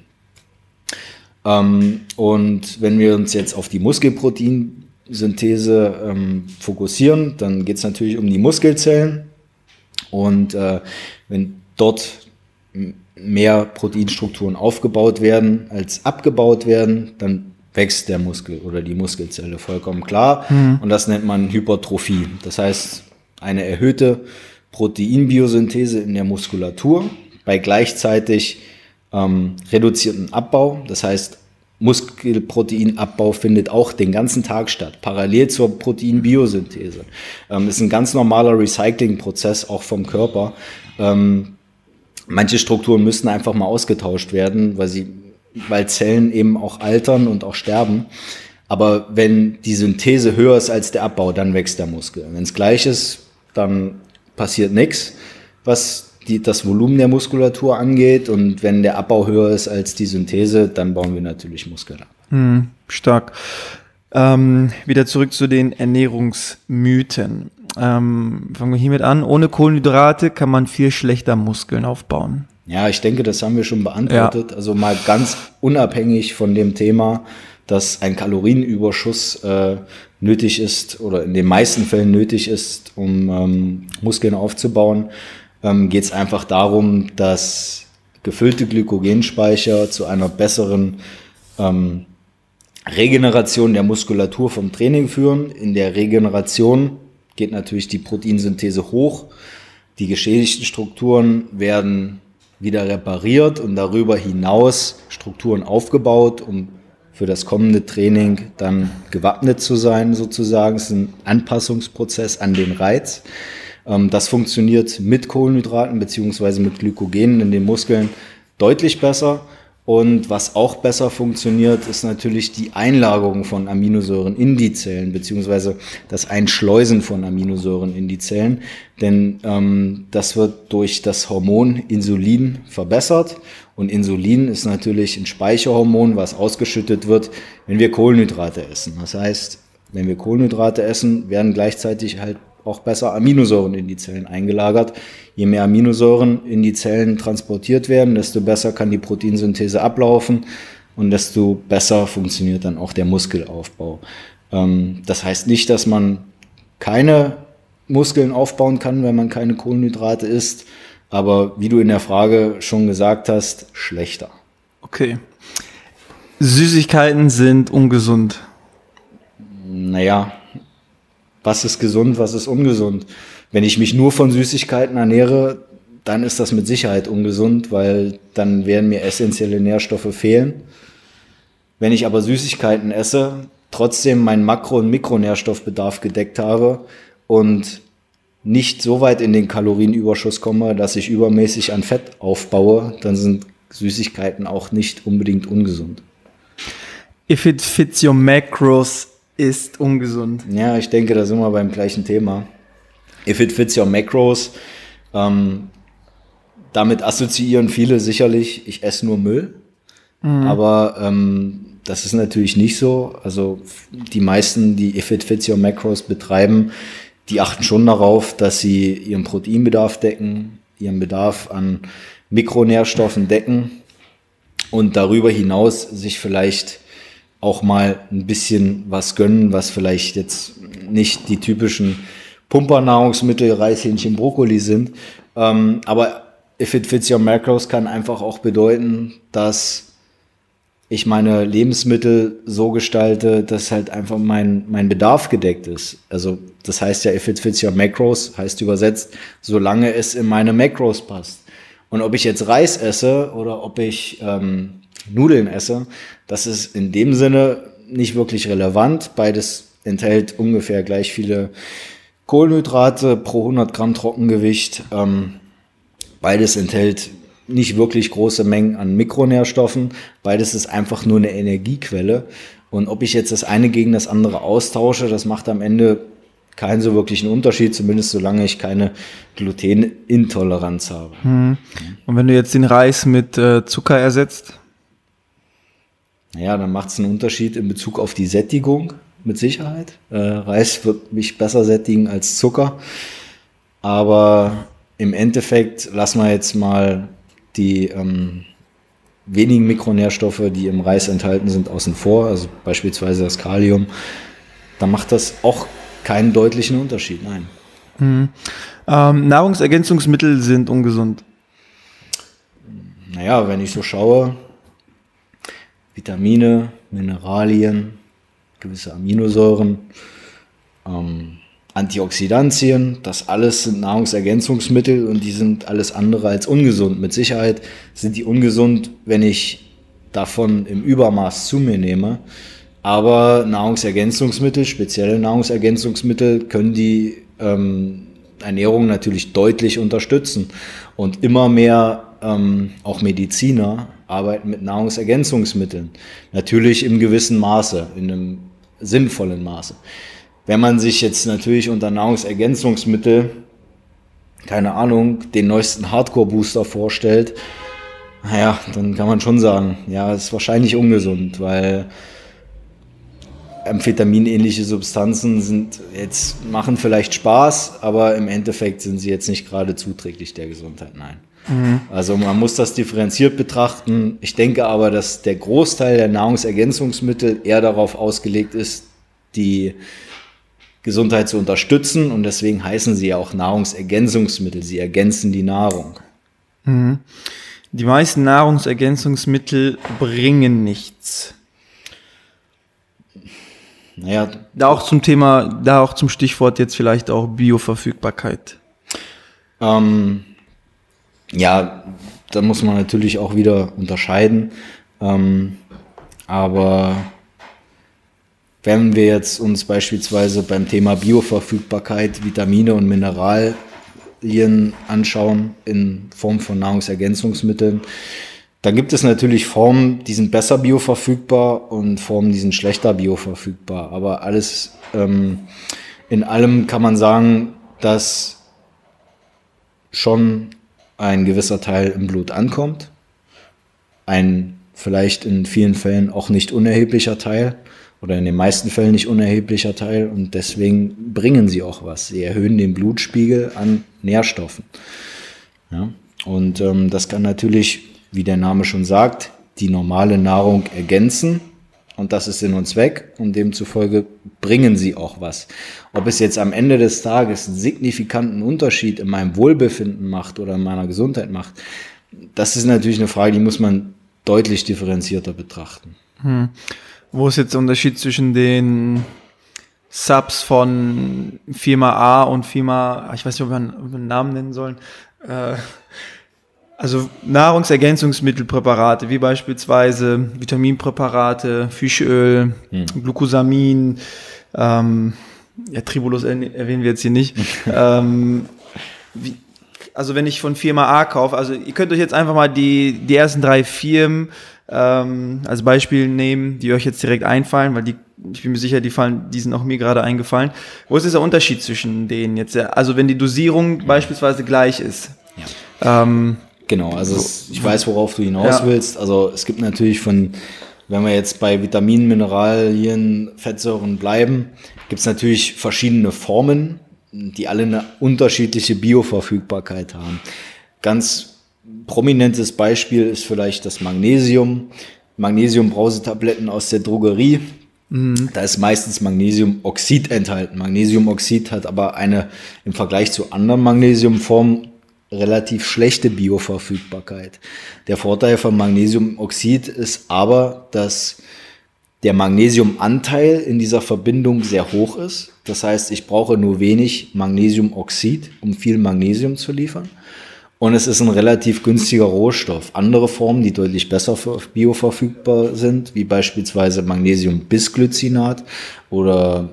Und wenn wir uns jetzt auf die Muskelproteinsynthese fokussieren, dann geht es natürlich um die Muskelzellen. Und wenn dort mehr Proteinstrukturen aufgebaut werden als abgebaut werden, dann wächst der Muskel oder die Muskelzelle, vollkommen klar. Und das nennt man Hypertrophie. Das heißt, eine erhöhte Proteinbiosynthese in der Muskulatur bei gleichzeitig reduzierten Abbau. Das heißt, Muskelproteinabbau findet auch den ganzen Tag statt, parallel zur Proteinbiosynthese. Ist ein ganz normaler Recyclingprozess auch vom Körper. Manche Strukturen müssen einfach mal ausgetauscht werden, weil Zellen eben auch altern und auch sterben. Aber wenn die Synthese höher ist als der Abbau, dann wächst der Muskel. Wenn es gleich ist, dann passiert nichts, was das Volumen der Muskulatur angeht, und wenn der Abbau höher ist als die Synthese, dann bauen wir natürlich Muskeln ab. Stark. Wieder zurück zu den Ernährungsmythen. Fangen wir hiermit an. Ohne Kohlenhydrate kann man viel schlechter Muskeln aufbauen. Ja, ich denke, das haben wir schon beantwortet. Ja. Also mal ganz unabhängig von dem Thema, dass ein Kalorienüberschuss nötig ist oder in den meisten Fällen nötig ist, um Muskeln aufzubauen, geht es einfach darum, dass gefüllte Glykogenspeicher zu einer besseren Regeneration der Muskulatur vom Training führen. In der Regeneration geht natürlich die Proteinsynthese hoch. Die geschädigten Strukturen werden wieder repariert und darüber hinaus Strukturen aufgebaut, um für das kommende Training dann gewappnet zu sein, sozusagen. Es ist ein Anpassungsprozess an den Reiz. Das funktioniert mit Kohlenhydraten beziehungsweise mit Glykogenen in den Muskeln deutlich besser. Und was auch besser funktioniert, ist natürlich die Einlagerung von Aminosäuren in die Zellen beziehungsweise das Einschleusen von Aminosäuren in die Zellen. Denn das wird durch das Hormon Insulin verbessert. Und Insulin ist natürlich ein Speicherhormon, was ausgeschüttet wird, wenn wir Kohlenhydrate essen. Das heißt, wenn wir Kohlenhydrate essen, werden gleichzeitig halt auch besser Aminosäuren in die Zellen eingelagert. Je mehr Aminosäuren in die Zellen transportiert werden, desto besser kann die Proteinsynthese ablaufen und desto besser funktioniert dann auch der Muskelaufbau. Das heißt nicht, dass man keine Muskeln aufbauen kann, wenn man keine Kohlenhydrate isst, aber wie du in der Frage schon gesagt hast, schlechter. Okay. Süßigkeiten sind ungesund. Naja, was ist gesund, was ist ungesund? Wenn ich mich nur von Süßigkeiten ernähre, dann ist das mit Sicherheit ungesund, weil dann werden mir essentielle Nährstoffe fehlen. Wenn ich aber Süßigkeiten esse, trotzdem meinen Makro- und Mikronährstoffbedarf gedeckt habe und nicht so weit in den Kalorienüberschuss komme, dass ich übermäßig an Fett aufbaue, dann sind Süßigkeiten auch nicht unbedingt ungesund. If it fits your macros, ist ungesund. Ja, ich denke, da sind wir beim gleichen Thema. If it fits your macros, damit assoziieren viele sicherlich, ich esse nur Müll. Aber das ist natürlich nicht so. Also die meisten, die If it fits your macros betreiben, die achten schon darauf, dass sie ihren Proteinbedarf decken, ihren Bedarf an Mikronährstoffen decken und darüber hinaus sich vielleicht auch mal ein bisschen was gönnen, was vielleicht jetzt nicht die typischen Pumpernahrungsmittel, Reis, Hähnchen, Brokkoli sind. Aber if it fits your macros kann einfach auch bedeuten, dass ich meine Lebensmittel so gestalte, dass halt einfach mein Bedarf gedeckt ist. Also das heißt ja, if it fits your macros, heißt übersetzt, solange es in meine Macros passt. Und ob ich jetzt Reis esse oder ob ich Nudeln esse, das ist in dem Sinne nicht wirklich relevant. Beides enthält ungefähr gleich viele Kohlenhydrate pro 100 Gramm Trockengewicht. Beides enthält nicht wirklich große Mengen an Mikronährstoffen. Beides ist einfach nur eine Energiequelle. Und ob ich jetzt das eine gegen das andere austausche, das macht am Ende keinen so wirklichen Unterschied, zumindest solange ich keine Glutenintoleranz habe. Und wenn du jetzt den Reis mit Zucker ersetzt? Naja, dann macht es einen Unterschied in Bezug auf die Sättigung, mit Sicherheit. Reis wird mich besser sättigen als Zucker. Aber im Endeffekt lassen wir jetzt mal die wenigen Mikronährstoffe, die im Reis enthalten sind, außen vor, also beispielsweise das Kalium. Da macht das auch keinen deutlichen Unterschied, nein. Nahrungsergänzungsmittel sind ungesund. Naja, wenn ich so schaue, Vitamine, Mineralien, gewisse Aminosäuren, Antioxidantien, das alles sind Nahrungsergänzungsmittel und die sind alles andere als ungesund. Mit Sicherheit sind die ungesund, wenn ich davon im Übermaß zu mir nehme. Aber Nahrungsergänzungsmittel, spezielle Nahrungsergänzungsmittel können die Ernährung natürlich deutlich unterstützen. Und immer mehr auch Mediziner arbeiten mit Nahrungsergänzungsmitteln. Natürlich im gewissen Maße, in einem sinnvollen Maße. Wenn man sich jetzt natürlich unter Nahrungsergänzungsmittel, keine Ahnung, den neuesten Hardcore-Booster vorstellt, naja, dann kann man schon sagen, ja, ist wahrscheinlich ungesund, weil Amphetamin-ähnliche Substanzen machen vielleicht Spaß, aber im Endeffekt sind sie jetzt nicht gerade zuträglich der Gesundheit, nein. Also man muss das differenziert betrachten. Ich denke aber, dass der Großteil der Nahrungsergänzungsmittel eher darauf ausgelegt ist, die Gesundheit zu unterstützen und deswegen heißen sie ja auch Nahrungsergänzungsmittel. Sie ergänzen die Nahrung. Die meisten Nahrungsergänzungsmittel bringen nichts. Naja, Da auch zum Stichwort jetzt vielleicht auch Bioverfügbarkeit. Ja, da muss man natürlich auch wieder unterscheiden. Aber wenn wir jetzt uns beispielsweise beim Thema Bioverfügbarkeit Vitamine und Mineralien anschauen in Form von Nahrungsergänzungsmitteln, dann gibt es natürlich Formen, die sind besser bioverfügbar und Formen, die sind schlechter bioverfügbar. Aber alles in allem kann man sagen, dass schon ein gewisser Teil im Blut ankommt. Ein vielleicht in vielen Fällen auch nicht unerheblicher Teil oder in den meisten Fällen nicht unerheblicher Teil und deswegen bringen sie auch was. Sie erhöhen den Blutspiegel an Nährstoffen. Ja? Und das kann natürlich, wie der Name schon sagt, die normale Nahrung ergänzen und das ist Sinn und Zweck und demzufolge bringen sie auch was. Ob es jetzt am Ende des Tages einen signifikanten Unterschied in meinem Wohlbefinden macht oder in meiner Gesundheit macht, das ist natürlich eine Frage, die muss man deutlich differenzierter betrachten. Wo ist jetzt der Unterschied zwischen den Subs von Firma A und Firma, ich weiß nicht, ob wir einen Namen nennen sollen, also Nahrungsergänzungsmittelpräparate, wie beispielsweise Vitaminpräparate, Fischöl, Glucosamin, Tribulus erwähnen wir jetzt hier nicht. Also wenn ich von Firma A kaufe, also ihr könnt euch jetzt einfach mal die ersten 3 Firmen als Beispiel nehmen, die euch jetzt direkt einfallen, weil ich bin mir sicher, die sind auch mir gerade eingefallen. Wo ist der Unterschied zwischen denen jetzt? Also wenn die Dosierung beispielsweise gleich ist. Ja. Genau, also ich weiß, worauf du hinaus willst. Also es gibt natürlich wenn wir jetzt bei Vitaminen, Mineralien, Fettsäuren bleiben, gibt es natürlich verschiedene Formen, die alle eine unterschiedliche Bioverfügbarkeit haben. Ganz prominentes Beispiel ist vielleicht das Magnesium. Magnesium-Brausetabletten aus der Drogerie. Da ist meistens Magnesiumoxid enthalten. Magnesiumoxid hat aber im Vergleich zu anderen Magnesiumformen relativ schlechte Bioverfügbarkeit. Der Vorteil von Magnesiumoxid ist aber, dass der Magnesiumanteil in dieser Verbindung sehr hoch ist. Das heißt, ich brauche nur wenig Magnesiumoxid, um viel Magnesium zu liefern. Und es ist ein relativ günstiger Rohstoff. Andere Formen, die deutlich besser bioverfügbar sind, wie beispielsweise Magnesium-Bisglycinat oder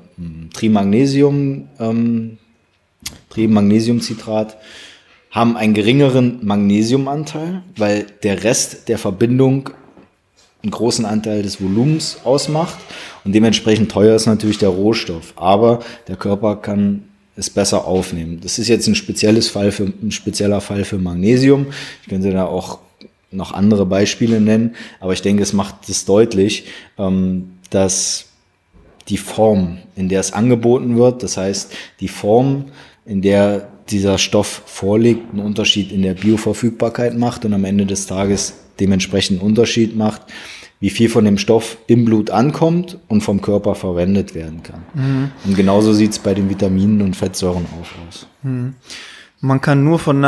Trimagnesiumcitrat, haben einen geringeren Magnesiumanteil, weil der Rest der Verbindung einen großen Anteil des Volumens ausmacht und dementsprechend teuer ist natürlich der Rohstoff. Aber der Körper kann es besser aufnehmen. Das ist jetzt ein spezieller Fall für Magnesium. Ich könnte da auch noch andere Beispiele nennen, aber ich denke, es macht es deutlich, dass die Form, in der es angeboten wird, das heißt die Form, in der dieser Stoff vorliegt, einen Unterschied in der Bioverfügbarkeit macht und am Ende des Tages dementsprechend einen Unterschied macht, wie viel von dem Stoff im Blut ankommt und vom Körper verwendet werden kann. Mhm. Und genauso sieht es bei den Vitaminen und Fettsäuren auch aus. Mhm. Man kann nur von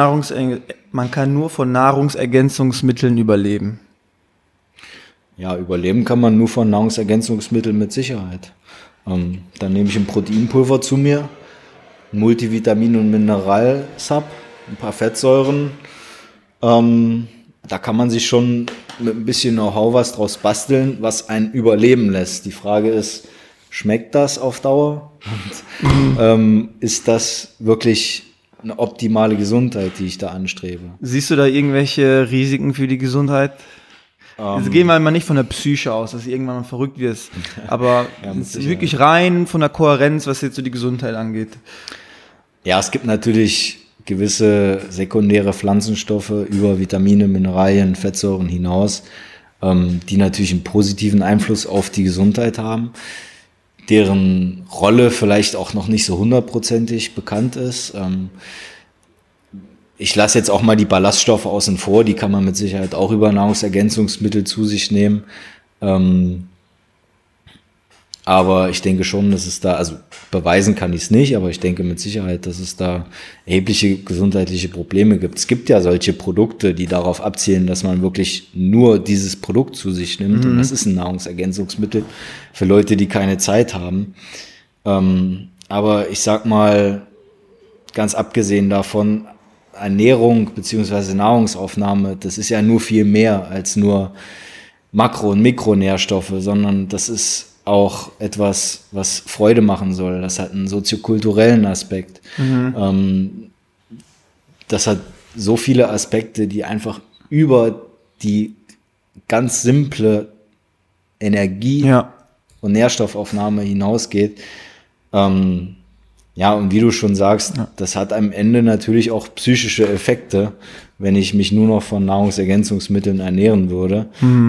Nahrungsergänzungsmitteln überleben. Ja, überleben kann man nur von Nahrungsergänzungsmitteln mit Sicherheit. Dann nehme ich ein Proteinpulver zu mir, ein Multivitamin- und Mineral-Sub, ein paar Fettsäuren. Da kann man sich schon mit ein bisschen Know-how was draus basteln, was einen überleben lässt. Die Frage ist, schmeckt das auf Dauer? Und ist das wirklich eine optimale Gesundheit, die ich da anstrebe? Siehst du da irgendwelche Risiken für die Gesundheit? Also gehen wir mal nicht von der Psyche aus, dass du irgendwann mal verrückt wirst, aber ja, wirklich rein von der Kohärenz, was jetzt so die Gesundheit angeht. Ja, es gibt natürlich gewisse sekundäre Pflanzenstoffe über Vitamine, Mineralien, Fettsäuren hinaus, die natürlich einen positiven Einfluss auf die Gesundheit haben, deren Rolle vielleicht auch noch nicht so 100%ig bekannt ist. Ich lasse jetzt auch mal die Ballaststoffe außen vor, die kann man mit Sicherheit auch über Nahrungsergänzungsmittel zu sich nehmen. Aber ich denke schon, dass es da, also beweisen kann ich es nicht, aber ich denke mit Sicherheit, dass es da erhebliche gesundheitliche Probleme gibt. Es gibt ja solche Produkte, die darauf abzielen, dass man wirklich nur dieses Produkt zu sich nimmt. Und das ist ein Nahrungsergänzungsmittel für Leute, die keine Zeit haben. Aber ich sag mal, ganz abgesehen davon, Ernährung beziehungsweise Nahrungsaufnahme, das ist ja nur viel mehr als nur Makro- und Mikronährstoffe, sondern das ist auch etwas, was Freude machen soll. Das hat einen soziokulturellen Aspekt. Das hat so viele Aspekte, die einfach über die ganz simple Energie- und Nährstoffaufnahme hinausgeht. Ja, und wie du schon sagst, das hat am Ende natürlich auch psychische Effekte, wenn ich mich nur noch von Nahrungsergänzungsmitteln ernähren würde.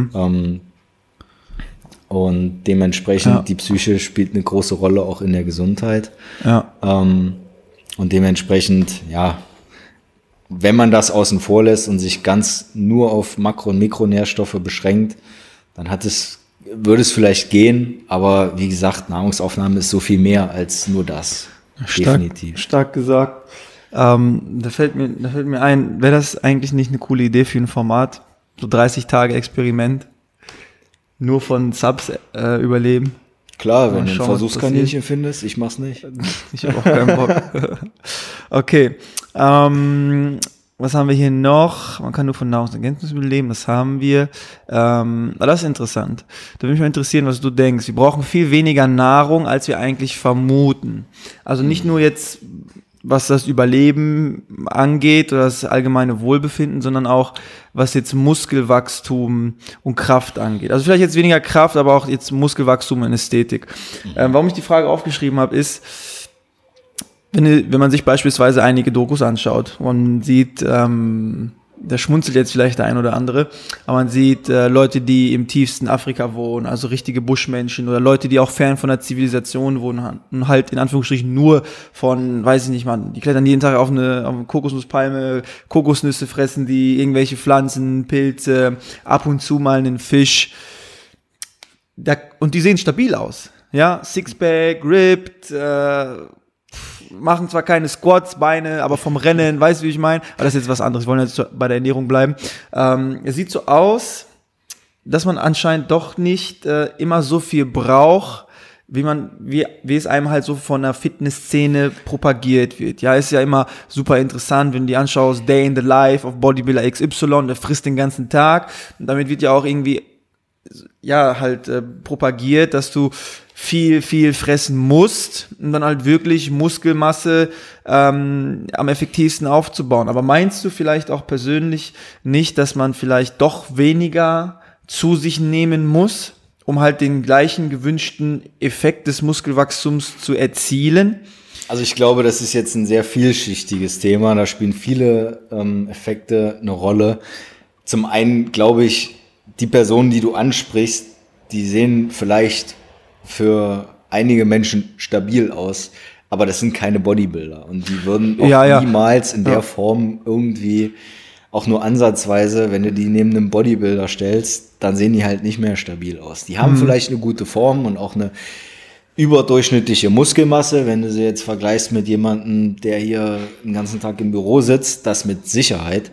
Und dementsprechend, die Psyche spielt eine große Rolle auch in der Gesundheit. Und dementsprechend, ja, wenn man das außen vor lässt und sich ganz nur auf Makro- und Mikronährstoffe beschränkt, dann würde es vielleicht gehen, aber wie gesagt, Nahrungsaufnahme ist so viel mehr als nur das. Definitiv. Stark gesagt. Da fällt mir ein, wäre das eigentlich nicht eine coole Idee für ein Format? So 30 Tage Experiment. Nur von Subs überleben. Klar, wenn du ein Versuchskaninchen findest, ich mach's nicht. Ich habe auch keinen Bock. Okay. Was haben wir hier noch? Man kann nur von Nahrungsergänzungsmitteln leben, das haben wir. Das ist interessant. Da würde mich mal interessieren, was du denkst. Wir brauchen viel weniger Nahrung, als wir eigentlich vermuten. Also nicht nur jetzt, was das Überleben angeht oder das allgemeine Wohlbefinden, sondern auch, was jetzt Muskelwachstum und Kraft angeht. Also vielleicht jetzt weniger Kraft, aber auch jetzt Muskelwachstum und Ästhetik. Warum ich die Frage aufgeschrieben habe, ist, wenn man sich beispielsweise einige Dokus anschaut und sieht, da schmunzelt jetzt vielleicht der ein oder andere, aber man sieht Leute, die im tiefsten Afrika wohnen, also richtige Buschmenschen oder Leute, die auch fern von der Zivilisation wohnen und halt in Anführungsstrichen nur von, weiß ich nicht, man, die klettern jeden Tag auf eine Kokosnusspalme, Kokosnüsse fressen, die irgendwelche Pflanzen, Pilze, ab und zu mal einen Fisch. Und die sehen stabil aus. Ja, Sixpack, ripped, machen zwar keine Squats, Beine, aber vom Rennen, weißt du, wie ich meine? Aber das ist jetzt was anderes, wir wollen jetzt bei der Ernährung bleiben. Es sieht so aus, dass man anscheinend doch nicht immer so viel braucht, wie es einem halt so von der Fitnessszene propagiert wird. Ja, ist ja immer super interessant, wenn du dir anschaust, Day in the Life of Bodybuilder XY, der frisst den ganzen Tag. Und damit wird ja auch irgendwie, ja, halt propagiert, dass du viel fressen musst, um dann halt wirklich Muskelmasse am effektivsten aufzubauen. Aber meinst du vielleicht auch persönlich nicht, dass man vielleicht doch weniger zu sich nehmen muss, um halt den gleichen gewünschten Effekt des Muskelwachstums zu erzielen? Also ich glaube, das ist jetzt ein sehr vielschichtiges Thema. Da spielen viele Effekte eine Rolle. Zum einen glaube ich, die Personen, die du ansprichst, die sehen vielleicht für einige Menschen stabil aus, aber das sind keine Bodybuilder. Und die würden auch niemals in der Form irgendwie, auch nur ansatzweise, wenn du die neben einem Bodybuilder stellst, dann sehen die halt nicht mehr stabil aus. Die haben vielleicht eine gute Form und auch eine überdurchschnittliche Muskelmasse. Wenn du sie jetzt vergleichst mit jemandem, der hier den ganzen Tag im Büro sitzt, das mit Sicherheit.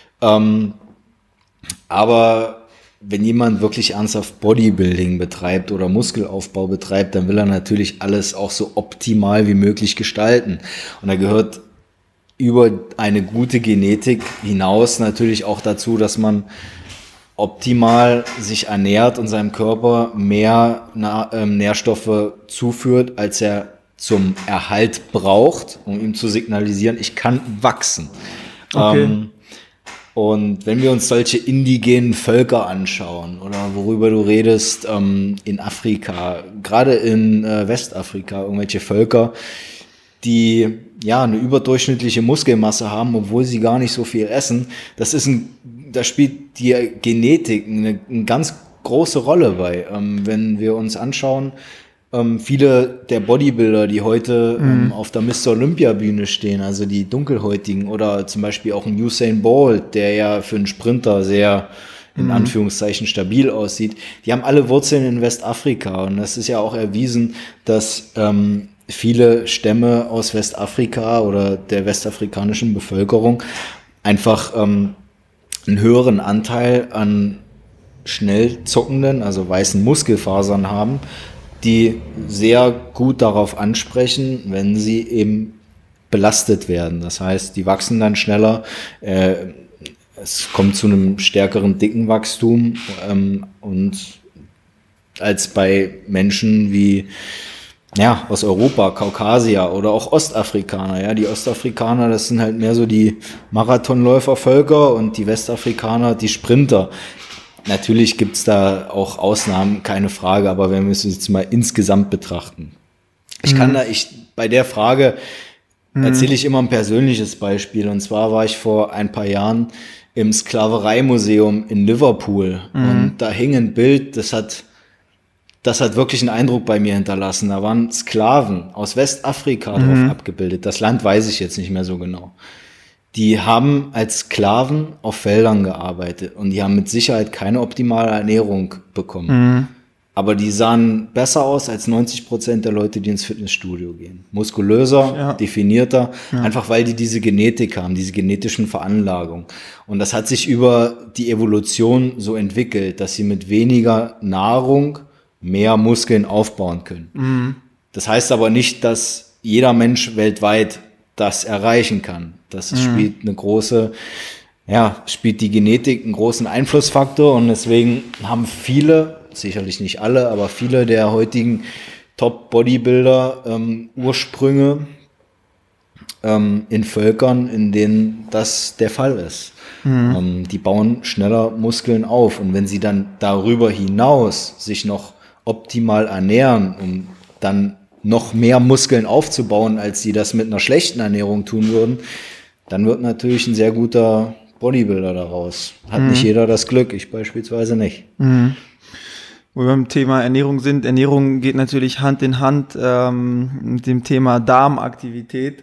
Aber wenn jemand wirklich ernsthaft Bodybuilding betreibt oder Muskelaufbau betreibt, dann will er natürlich alles auch so optimal wie möglich gestalten. Und da gehört über eine gute Genetik hinaus natürlich auch dazu, dass man optimal sich ernährt und seinem Körper mehr Nährstoffe zuführt, als er zum Erhalt braucht, um ihm zu signalisieren, ich kann wachsen. Okay. Und wenn wir uns solche indigenen Völker anschauen oder worüber du redest, in Afrika, gerade in Westafrika, irgendwelche Völker, die ja eine überdurchschnittliche Muskelmasse haben, obwohl sie gar nicht so viel essen, da spielt die Genetik eine ganz große Rolle bei. Wenn wir uns anschauen, viele der Bodybuilder, die heute auf der Mr. Olympia Bühne stehen, also die Dunkelhäutigen oder zum Beispiel auch ein Usain Bolt, der ja für einen Sprinter sehr in Anführungszeichen stabil aussieht, die haben alle Wurzeln in Westafrika und das ist ja auch erwiesen, dass viele Stämme aus Westafrika oder der westafrikanischen Bevölkerung einfach einen höheren Anteil an schnell zuckenden, also weißen Muskelfasern haben, die sehr gut darauf ansprechen, wenn sie eben belastet werden. Das heißt, die wachsen dann schneller, es kommt zu einem stärkeren Dickenwachstum und als bei Menschen wie aus Europa, Kaukasier oder auch Ostafrikaner. Ja, die Ostafrikaner, das sind halt mehr so die Marathonläufervölker und die Westafrikaner, die Sprinter. Natürlich gibt's da auch Ausnahmen, keine Frage, aber wenn wir es jetzt mal insgesamt betrachten. Bei der Frage erzähle ich immer ein persönliches Beispiel. Und zwar war ich vor ein paar Jahren im Sklavereimuseum in Liverpool. Und da hing ein Bild, das hat wirklich einen Eindruck bei mir hinterlassen. Da waren Sklaven aus Westafrika drauf abgebildet. Das Land weiß ich jetzt nicht mehr so genau. Die haben als Sklaven auf Feldern gearbeitet und die haben mit Sicherheit keine optimale Ernährung bekommen. Aber die sahen besser aus als 90% der Leute, die ins Fitnessstudio gehen. Muskulöser, definierter, einfach weil die diese Genetik haben, diese genetischen Veranlagungen. Und das hat sich über die Evolution so entwickelt, dass sie mit weniger Nahrung mehr Muskeln aufbauen können. Das heißt aber nicht, dass jeder Mensch weltweit das erreichen kann. Das spielt spielt die Genetik einen großen Einflussfaktor und deswegen haben viele, sicherlich nicht alle, aber viele der heutigen Top-Bodybuilder Ursprünge in Völkern, in denen das der Fall ist. Die bauen schneller Muskeln auf und wenn sie dann darüber hinaus sich noch optimal ernähren, um dann noch mehr Muskeln aufzubauen, als sie das mit einer schlechten Ernährung tun würden, dann wird natürlich ein sehr guter Bodybuilder daraus. Hat nicht jeder das Glück, ich beispielsweise nicht. Wo wir beim Thema Ernährung sind, Ernährung geht natürlich Hand in Hand mit dem Thema Darmaktivität.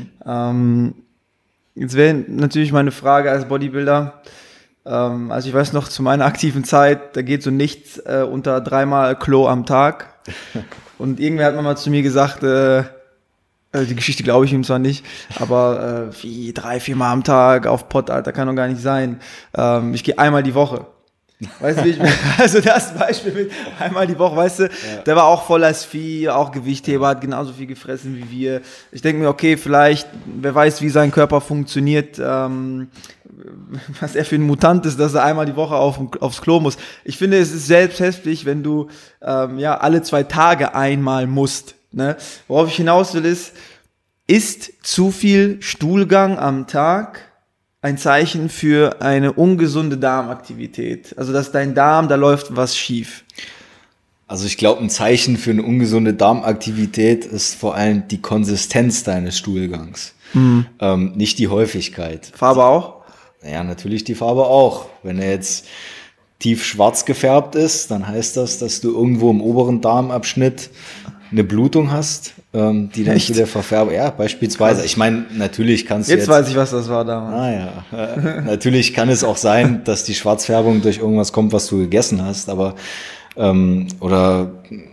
Jetzt wäre natürlich meine Frage als Bodybuilder, also ich weiß noch, zu meiner aktiven Zeit, da geht so nichts unter 3-mal Klo am Tag. Und irgendwer hat mal zu mir gesagt, die Geschichte glaube ich ihm zwar nicht, aber wie 3-4 Mal am Tag auf Pott, Alter, kann doch gar nicht sein. Ich gehe einmal die Woche. Weißt du, wie ich meine? Also das Beispiel mit einmal die Woche, weißt du, der war auch voll als Vieh, auch Gewichtheber, hat genauso viel gefressen wie wir. Ich denke mir, okay, vielleicht, wer weiß, wie sein Körper funktioniert, was er für ein Mutant ist, dass er einmal die Woche aufs Klo muss. Ich finde, es ist selbst heftig, wenn du alle 2 Tage einmal musst. Ne? Worauf ich hinaus will ist zu viel Stuhlgang am Tag ein Zeichen für eine ungesunde Darmaktivität? Also, dass dein Darm, da läuft was schief. Also ich glaube, ein Zeichen für eine ungesunde Darmaktivität ist vor allem die Konsistenz deines Stuhlgangs, nicht die Häufigkeit. Farbe auch? Ja, natürlich die Farbe auch. Wenn er jetzt tief schwarz gefärbt ist, dann heißt das, dass du irgendwo im oberen Darmabschnitt eine Blutung hast, die dann zu der Verfärbung, ja, beispielsweise. Krass. Ich meine, natürlich kannst du jetzt weiß ich, was das war damals. Natürlich kann es auch sein, dass die Schwarzfärbung durch irgendwas kommt, was du gegessen hast, aber also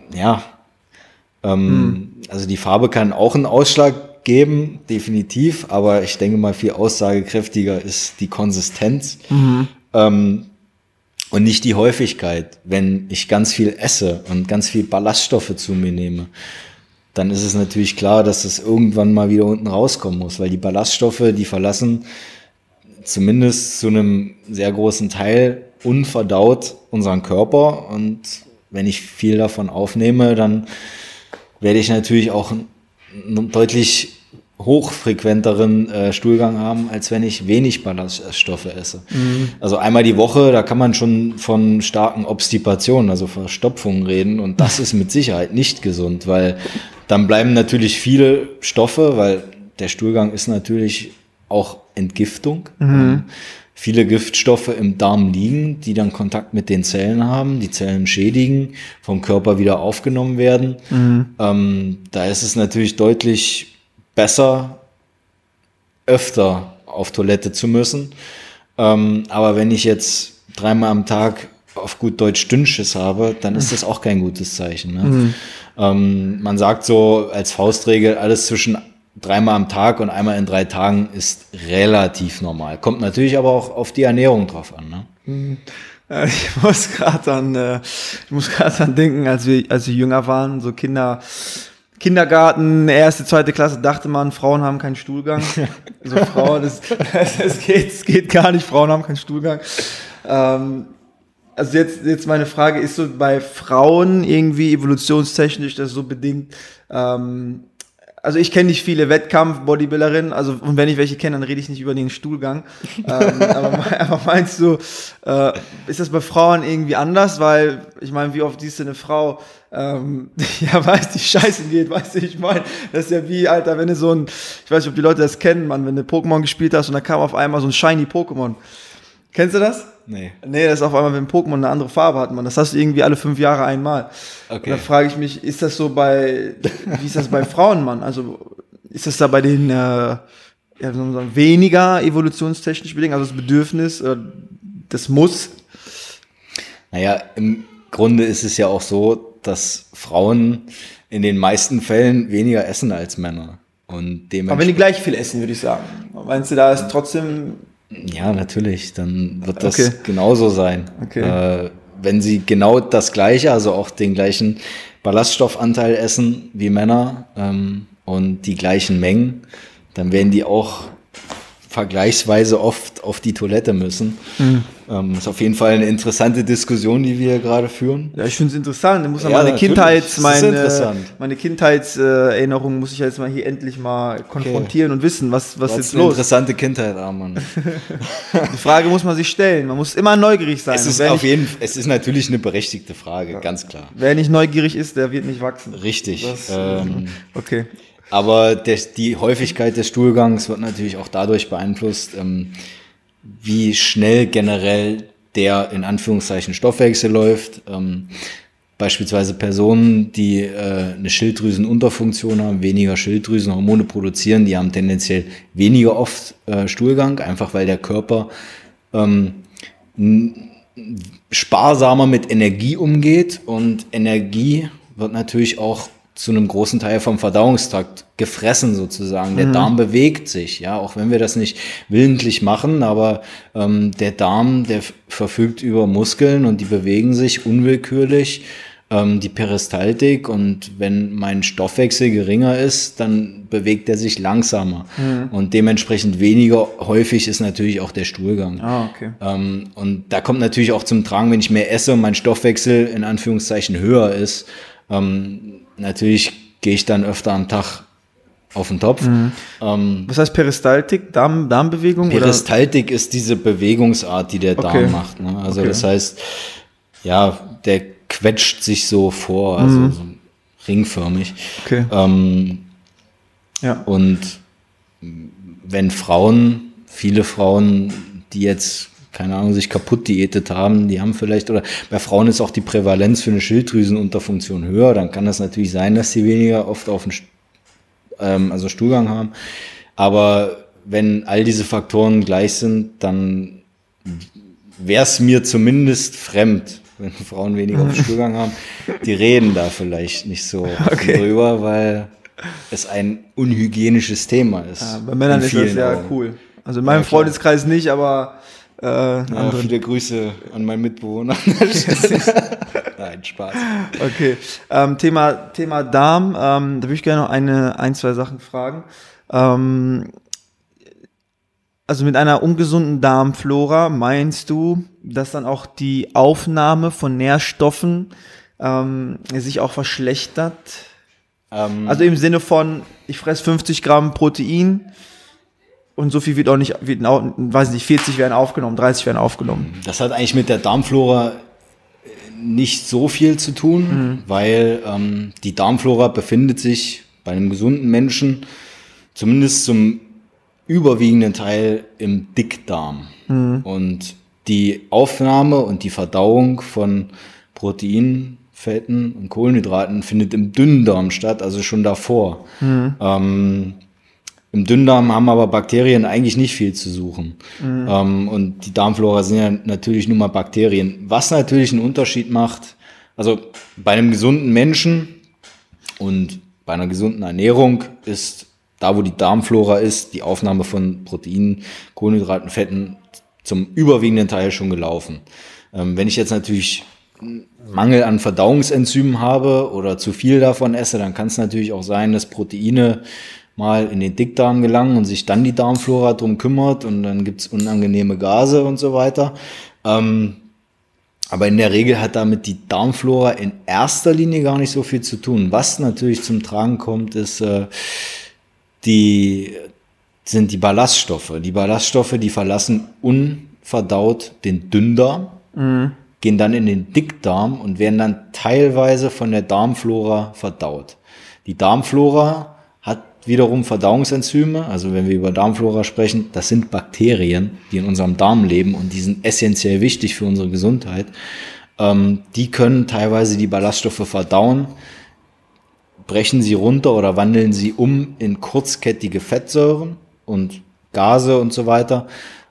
die Farbe kann auch einen Ausschlag geben, definitiv, aber ich denke mal, viel aussagekräftiger ist die Konsistenz und nicht die Häufigkeit. Wenn ich ganz viel esse und ganz viel Ballaststoffe zu mir nehme, dann ist es natürlich klar, dass es irgendwann mal wieder unten rauskommen muss, weil die Ballaststoffe, die verlassen zumindest zu einem sehr großen Teil unverdaut unseren Körper, und wenn ich viel davon aufnehme, dann werde ich natürlich auch einen deutlich hochfrequenteren Stuhlgang haben, als wenn ich wenig Ballaststoffe esse. Also einmal die Woche, da kann man schon von starken Obstipationen, also Verstopfungen reden, und das ist mit Sicherheit nicht gesund, weil dann bleiben natürlich viele Stoffe, weil der Stuhlgang ist natürlich auch Entgiftung. Viele Giftstoffe im Darm liegen, die dann Kontakt mit den Zellen haben, die Zellen schädigen, vom Körper wieder aufgenommen werden. Da ist es natürlich deutlich besser, öfter auf Toilette zu müssen. Aber wenn ich jetzt 3-mal am Tag auf gut Deutsch Dünnschiss habe, dann ist das auch kein gutes Zeichen. Ne? Man sagt so als Faustregel, alles zwischen 3-mal am Tag und einmal in 3 Tagen ist relativ normal. Kommt natürlich aber auch auf die Ernährung drauf an. Ne? Ich muss gerade an denken, als wir jünger waren, so Kindergarten, 1., 2. Klasse, dachte man, Frauen haben keinen Stuhlgang. Also Frauen, das geht gar nicht, Frauen haben keinen Stuhlgang. Also jetzt meine Frage, ist so bei Frauen irgendwie evolutionstechnisch das so bedingt, also ich kenne nicht viele Wettkampf-Bodybuilderinnen, also und wenn ich welche kenne, dann rede ich nicht über den Stuhlgang. Aber meinst du, ist das bei Frauen irgendwie anders? Weil, ich meine, wie oft siehst du eine Frau, weiß, die scheißen geht, weißt du, ich meine, das ist ja wie, Alter, wenn du so ein, ich weiß nicht, ob die Leute das kennen, Mann, wenn du Pokémon gespielt hast und da kam auf einmal so ein shiny Pokémon. Kennst du das? Nee, das ist auf einmal, wenn Pokémon eine andere Farbe hat, man. Das hast du irgendwie alle 5 Jahre einmal. Okay. Und da frage ich mich, ist das so wie ist das bei Frauen, Mann? Also, ist das da bei den, weniger evolutionstechnisch bedingt, also das Bedürfnis, das Muss? Naja, im Grunde ist es ja auch so, dass Frauen in den meisten Fällen weniger essen als Männer. Und aber wenn die gleich viel essen, würde ich sagen. Meinst du, da ist trotzdem... Ja, natürlich, dann wird das genauso sein. Okay. Wenn sie genau das Gleiche, also auch den gleichen Ballaststoffanteil essen wie Männer und die gleichen Mengen, dann werden die auch vergleichsweise oft auf die Toilette müssen. Ist auf jeden Fall eine interessante Diskussion, die wir hier gerade führen. Ja, ich finde es interessant. Ich muss meine Kindheitserinnerung muss ich jetzt mal hier endlich mal konfrontieren und wissen, was jetzt los ist. Interessante Kindheit, Arman. Die Frage muss man sich stellen. Man muss immer neugierig sein. Es ist natürlich eine berechtigte Frage, ganz klar. Wer nicht neugierig ist, der wird nicht wachsen. Richtig. Okay. Aber die Häufigkeit des Stuhlgangs wird natürlich auch dadurch beeinflusst, wie schnell generell der in Anführungszeichen Stoffwechsel läuft. Beispielsweise Personen, die eine Schilddrüsenunterfunktion haben, weniger Schilddrüsenhormone produzieren, die haben tendenziell weniger oft Stuhlgang, einfach weil der Körper sparsamer mit Energie umgeht, und Energie wird natürlich auch zu einem großen Teil vom Verdauungstrakt gefressen sozusagen. Der Darm bewegt sich, ja, auch wenn wir das nicht willentlich machen, aber der Darm, der verfügt über Muskeln und die bewegen sich unwillkürlich, die Peristaltik, und wenn mein Stoffwechsel geringer ist, dann bewegt er sich langsamer und dementsprechend weniger häufig ist natürlich auch der Stuhlgang. Okay. Und da kommt natürlich auch zum Tragen, wenn ich mehr esse und mein Stoffwechsel in Anführungszeichen höher ist, natürlich gehe ich dann öfter am Tag auf den Topf. Was heißt Peristaltik? Darmbewegung? Peristaltik ist diese Bewegungsart, die der Darm macht. Ne? Also das heißt, ja, der quetscht sich so vor, also so ringförmig. Okay. Und wenn viele Frauen, die jetzt keine Ahnung, sich kaputt diätet haben, die haben vielleicht, oder bei Frauen ist auch die Prävalenz für eine Schilddrüsenunterfunktion höher, dann kann das natürlich sein, dass sie weniger oft auf den Stuhlgang haben. Aber wenn all diese Faktoren gleich sind, dann wäre es mir zumindest fremd, wenn Frauen weniger auf den Stuhlgang haben. Die reden da vielleicht nicht so drüber, weil es ein unhygienisches Thema ist. Ja, bei Männern ist das ja cool. Also in meinem Freundeskreis nicht, aber viele Grüße an meinen Mitbewohner. Nein, Spaß. Okay. Thema Darm, da würde ich gerne noch ein, zwei Sachen fragen. Also mit einer ungesunden Darmflora meinst du, dass dann auch die Aufnahme von Nährstoffen sich auch verschlechtert? Also im Sinne von, ich fresse 50 Gramm Protein und so viel weiß nicht, 40 werden aufgenommen, 30 werden aufgenommen. Das hat eigentlich mit der Darmflora nicht so viel zu tun, weil die Darmflora befindet sich bei einem gesunden Menschen zumindest zum überwiegenden Teil im Dickdarm. Und die Aufnahme und die Verdauung von Proteinen, Fetten und Kohlenhydraten findet im Dünndarm statt, also schon davor. Im Dünndarm haben aber Bakterien eigentlich nicht viel zu suchen. Und die Darmflora sind ja natürlich nur mal Bakterien. Was natürlich einen Unterschied macht, also bei einem gesunden Menschen und bei einer gesunden Ernährung ist da, wo die Darmflora ist, die Aufnahme von Proteinen, Kohlenhydraten, Fetten zum überwiegenden Teil schon gelaufen. Wenn ich jetzt natürlich Mangel an Verdauungsenzymen habe oder zu viel davon esse, dann kann es natürlich auch sein, dass Proteine mal in den Dickdarm gelangen und sich dann die Darmflora drum kümmert und dann gibt's unangenehme Gase und so weiter. Aber in der Regel hat damit die Darmflora in erster Linie gar nicht so viel zu tun. Was natürlich zum Tragen kommt, sind die Ballaststoffe. Die Ballaststoffe, die verlassen unverdaut den Dünndarm, gehen dann in den Dickdarm und werden dann teilweise von der Darmflora verdaut. Die Darmflora hat wiederum Verdauungsenzyme, also wenn wir über Darmflora sprechen, das sind Bakterien, die in unserem Darm leben und die sind essentiell wichtig für unsere Gesundheit. Die können teilweise die Ballaststoffe verdauen, brechen sie runter oder wandeln sie um in kurzkettige Fettsäuren und Gase und so weiter,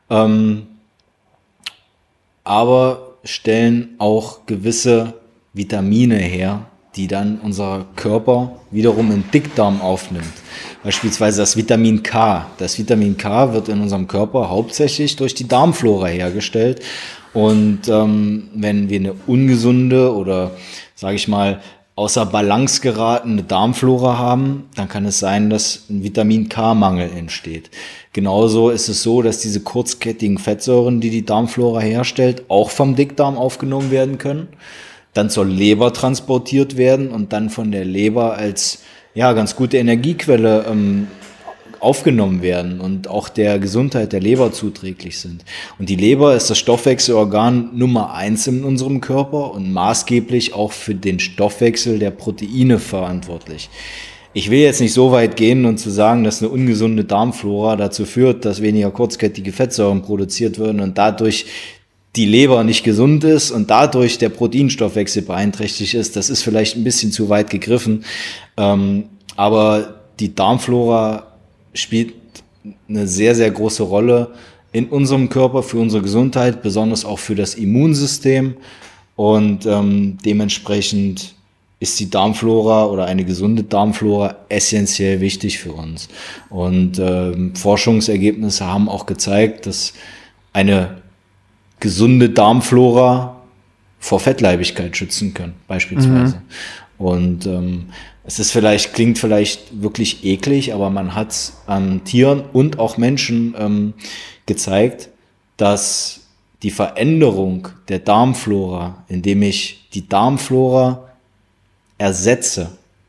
aber stellen auch gewisse Vitamine her, die dann unser Körper wiederum im Dickdarm aufnimmt. Beispielsweise das Vitamin K. Das Vitamin K wird in unserem Körper hauptsächlich durch die Darmflora hergestellt. Und wenn wir eine ungesunde oder, sage ich mal, außer Balance geratene Darmflora haben, dann kann es sein, dass ein Vitamin K-Mangel entsteht. Genauso ist es so, dass diese kurzkettigen Fettsäuren, die die Darmflora herstellt, auch vom Dickdarm aufgenommen werden können, dann zur Leber transportiert werden und dann von der Leber als ganz gute Energiequelle aufgenommen werden und auch der Gesundheit der Leber zuträglich sind. Und die Leber ist das Stoffwechselorgan Nummer 1 in unserem Körper und maßgeblich auch für den Stoffwechsel der Proteine verantwortlich. Ich will jetzt nicht so weit gehen und zu sagen, dass eine ungesunde Darmflora dazu führt, dass weniger kurzkettige Fettsäuren produziert werden und dadurch die Leber nicht gesund ist und dadurch der Proteinstoffwechsel beeinträchtigt ist. Das ist vielleicht ein bisschen zu weit gegriffen, aber die Darmflora spielt eine sehr, sehr große Rolle in unserem Körper, für unsere Gesundheit, besonders auch für das Immunsystem und dementsprechend ist die Darmflora oder eine gesunde Darmflora essentiell wichtig für uns. Und Forschungsergebnisse haben auch gezeigt, dass eine gesunde Darmflora vor Fettleibigkeit schützen kann, beispielsweise. Und es ist klingt vielleicht wirklich eklig, aber man hat an Tieren und auch Menschen gezeigt, dass die Veränderung der Darmflora, indem ich die Darmflora ersetze,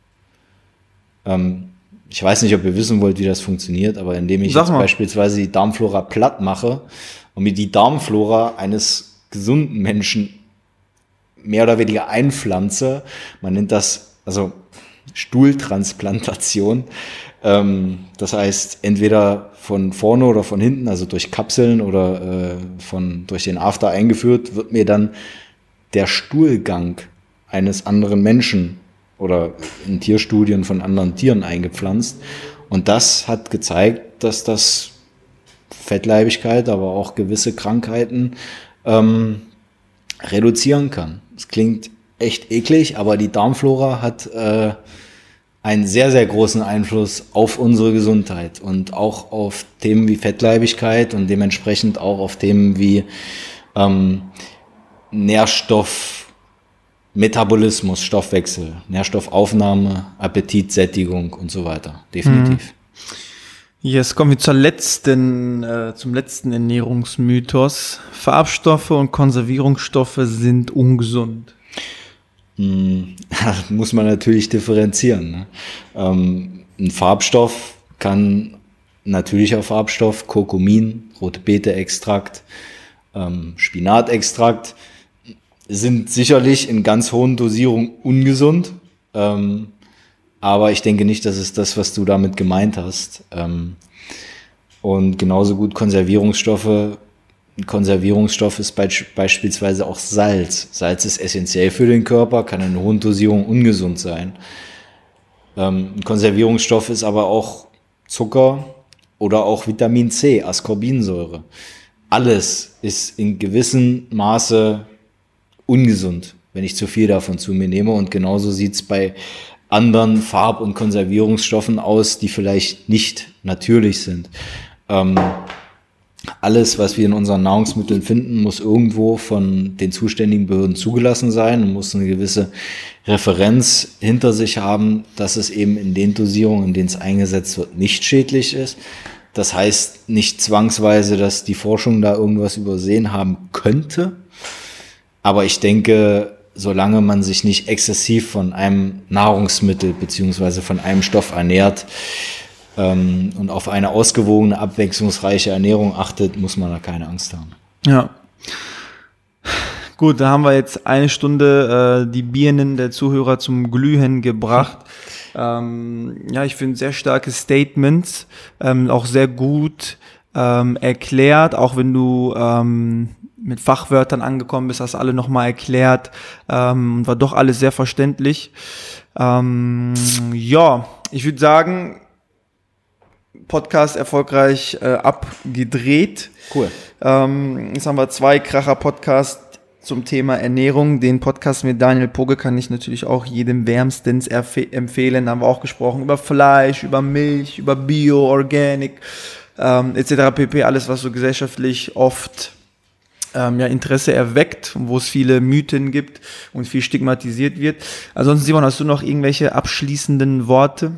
ich weiß nicht, ob ihr wissen wollt, wie das funktioniert, aber indem ich jetzt beispielsweise die Darmflora platt mache und mir die Darmflora eines gesunden Menschen mehr oder weniger einpflanze, man nennt das also Stuhltransplantation, das heißt entweder von vorne oder von hinten, also durch Kapseln oder durch den After eingeführt, wird mir dann der Stuhlgang eines anderen Menschen oder in Tierstudien von anderen Tieren eingepflanzt. Und das hat gezeigt, dass das Fettleibigkeit, aber auch gewisse Krankheiten reduzieren kann. Das klingt echt eklig, aber die Darmflora hat einen sehr, sehr großen Einfluss auf unsere Gesundheit und auch auf Themen wie Fettleibigkeit und dementsprechend auch auf Themen wie Nährstoffmetabolismus, Stoffwechsel, Nährstoffaufnahme, Appetit, Sättigung und so weiter. Definitiv. Jetzt kommen wir zum letzten Ernährungsmythos. Farbstoffe und Konservierungsstoffe sind ungesund. Muss man natürlich differenzieren. Ne? Ein Farbstoff kann natürlicher Farbstoff, Kurkumin, Rote-Beete-Extrakt, Spinatextrakt sind sicherlich in ganz hohen Dosierungen ungesund. Aber ich denke nicht, das ist das, was du damit gemeint hast. Und genauso gut Konservierungsstoffe. Ein Konservierungsstoff ist beispielsweise auch Salz. Salz ist essentiell für den Körper, kann in hohen Dosierungen ungesund sein. Ein Konservierungsstoff ist aber auch Zucker oder auch Vitamin C, Ascorbinsäure. Alles ist in gewissem Maße ungesund, wenn ich zu viel davon zu mir nehme. Und genauso sieht es bei anderen Farb- und Konservierungsstoffen aus, die vielleicht nicht natürlich sind. Alles, was wir in unseren Nahrungsmitteln finden, muss irgendwo von den zuständigen Behörden zugelassen sein und muss eine gewisse Referenz hinter sich haben, dass es eben in den Dosierungen, in denen es eingesetzt wird, nicht schädlich ist. Das heißt nicht zwangsweise, dass die Forschung da irgendwas übersehen haben könnte. Aber ich denke, solange man sich nicht exzessiv von einem Nahrungsmittel beziehungsweise von einem Stoff ernährt, und auf eine ausgewogene, abwechslungsreiche Ernährung achtet, muss man da keine Angst haben. Ja. Gut, da haben wir jetzt eine Stunde die Birnen der Zuhörer zum Glühen gebracht. Ja, ich finde sehr starke Statements, auch sehr gut erklärt, auch wenn du mit Fachwörtern angekommen bist, hast alle nochmal erklärt, war doch alles sehr verständlich. Ja, ich würde sagen, Podcast erfolgreich abgedreht. Cool. Jetzt haben wir 2 Kracher-Podcasts zum Thema Ernährung. Den Podcast mit Daniel Pogge kann ich natürlich auch jedem wärmstens empfehlen. Da haben wir auch gesprochen über Fleisch, über Milch, über Bio, Organic, etc. pp. Alles, was so gesellschaftlich oft Interesse erweckt und wo es viele Mythen gibt und viel stigmatisiert wird. Ansonsten, Simon, hast du noch irgendwelche abschließenden Worte?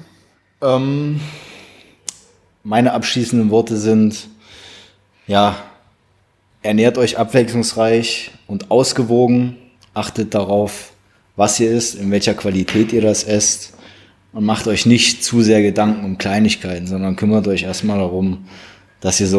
Meine abschließenden Worte sind, ja, ernährt euch abwechslungsreich und ausgewogen, achtet darauf, was ihr isst, in welcher Qualität ihr das esst und macht euch nicht zu sehr Gedanken um Kleinigkeiten, sondern kümmert euch erstmal darum, dass ihr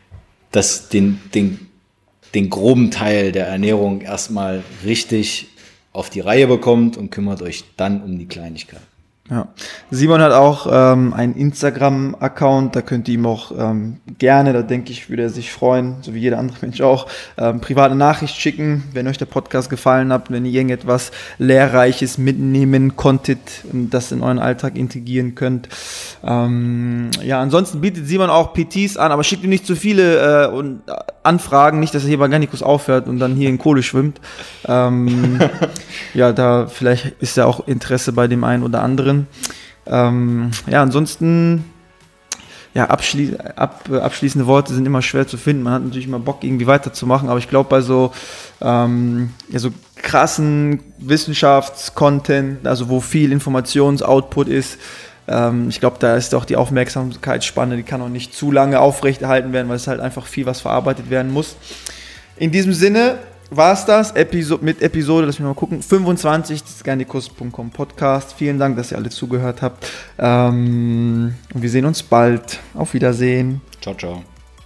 den groben Teil der Ernährung erstmal richtig auf die Reihe bekommt und kümmert euch dann um die Kleinigkeiten. Ja. Simon hat auch einen Instagram-Account, da könnt ihr ihm auch gerne, da denke ich, würde er sich freuen, so wie jeder andere Mensch auch, private Nachricht schicken, wenn euch der Podcast gefallen hat, wenn ihr irgendetwas Lehrreiches mitnehmen konntet und das in euren Alltag integrieren könnt. Ansonsten bietet Simon auch PTs an, aber schickt ihm nicht zu viele Anfragen, nicht, dass er hier bei Gannikus aufhört und dann hier in Kohle schwimmt. Da vielleicht ist ja auch Interesse bei dem einen oder anderen. Ansonsten, abschließende Worte sind immer schwer zu finden. Man hat natürlich immer Bock, irgendwie weiterzumachen, aber ich glaube, bei so krassen Wissenschaftscontent, also wo viel Informationsoutput ist, ich glaube, da ist auch die Aufmerksamkeitsspanne, die kann auch nicht zu lange aufrechterhalten werden, weil es halt einfach viel, was verarbeitet werden muss. In diesem Sinne war es das mit Episode, lass mich mal gucken, 25 des Gannikus.com Podcast. Vielen Dank, dass ihr alle zugehört habt. Und wir sehen uns bald. Auf Wiedersehen. Ciao, ciao.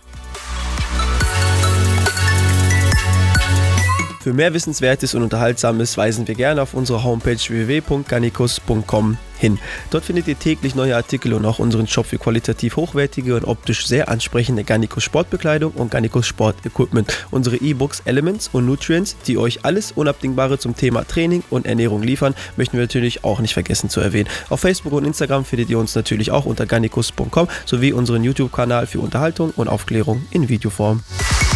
Für mehr Wissenswertes und Unterhaltsames weisen wir gerne auf unsere Homepage www.gannikus.com hin. Dort findet ihr täglich neue Artikel und auch unseren Shop für qualitativ hochwertige und optisch sehr ansprechende Gannikus Sportbekleidung und Gannikus Sportequipment. Unsere E-Books Elements und Nutrients, die euch alles Unabdingbare zum Thema Training und Ernährung liefern, möchten wir natürlich auch nicht vergessen zu erwähnen. Auf Facebook und Instagram findet ihr uns natürlich auch unter gannikus.com sowie unseren YouTube-Kanal für Unterhaltung und Aufklärung in Videoform.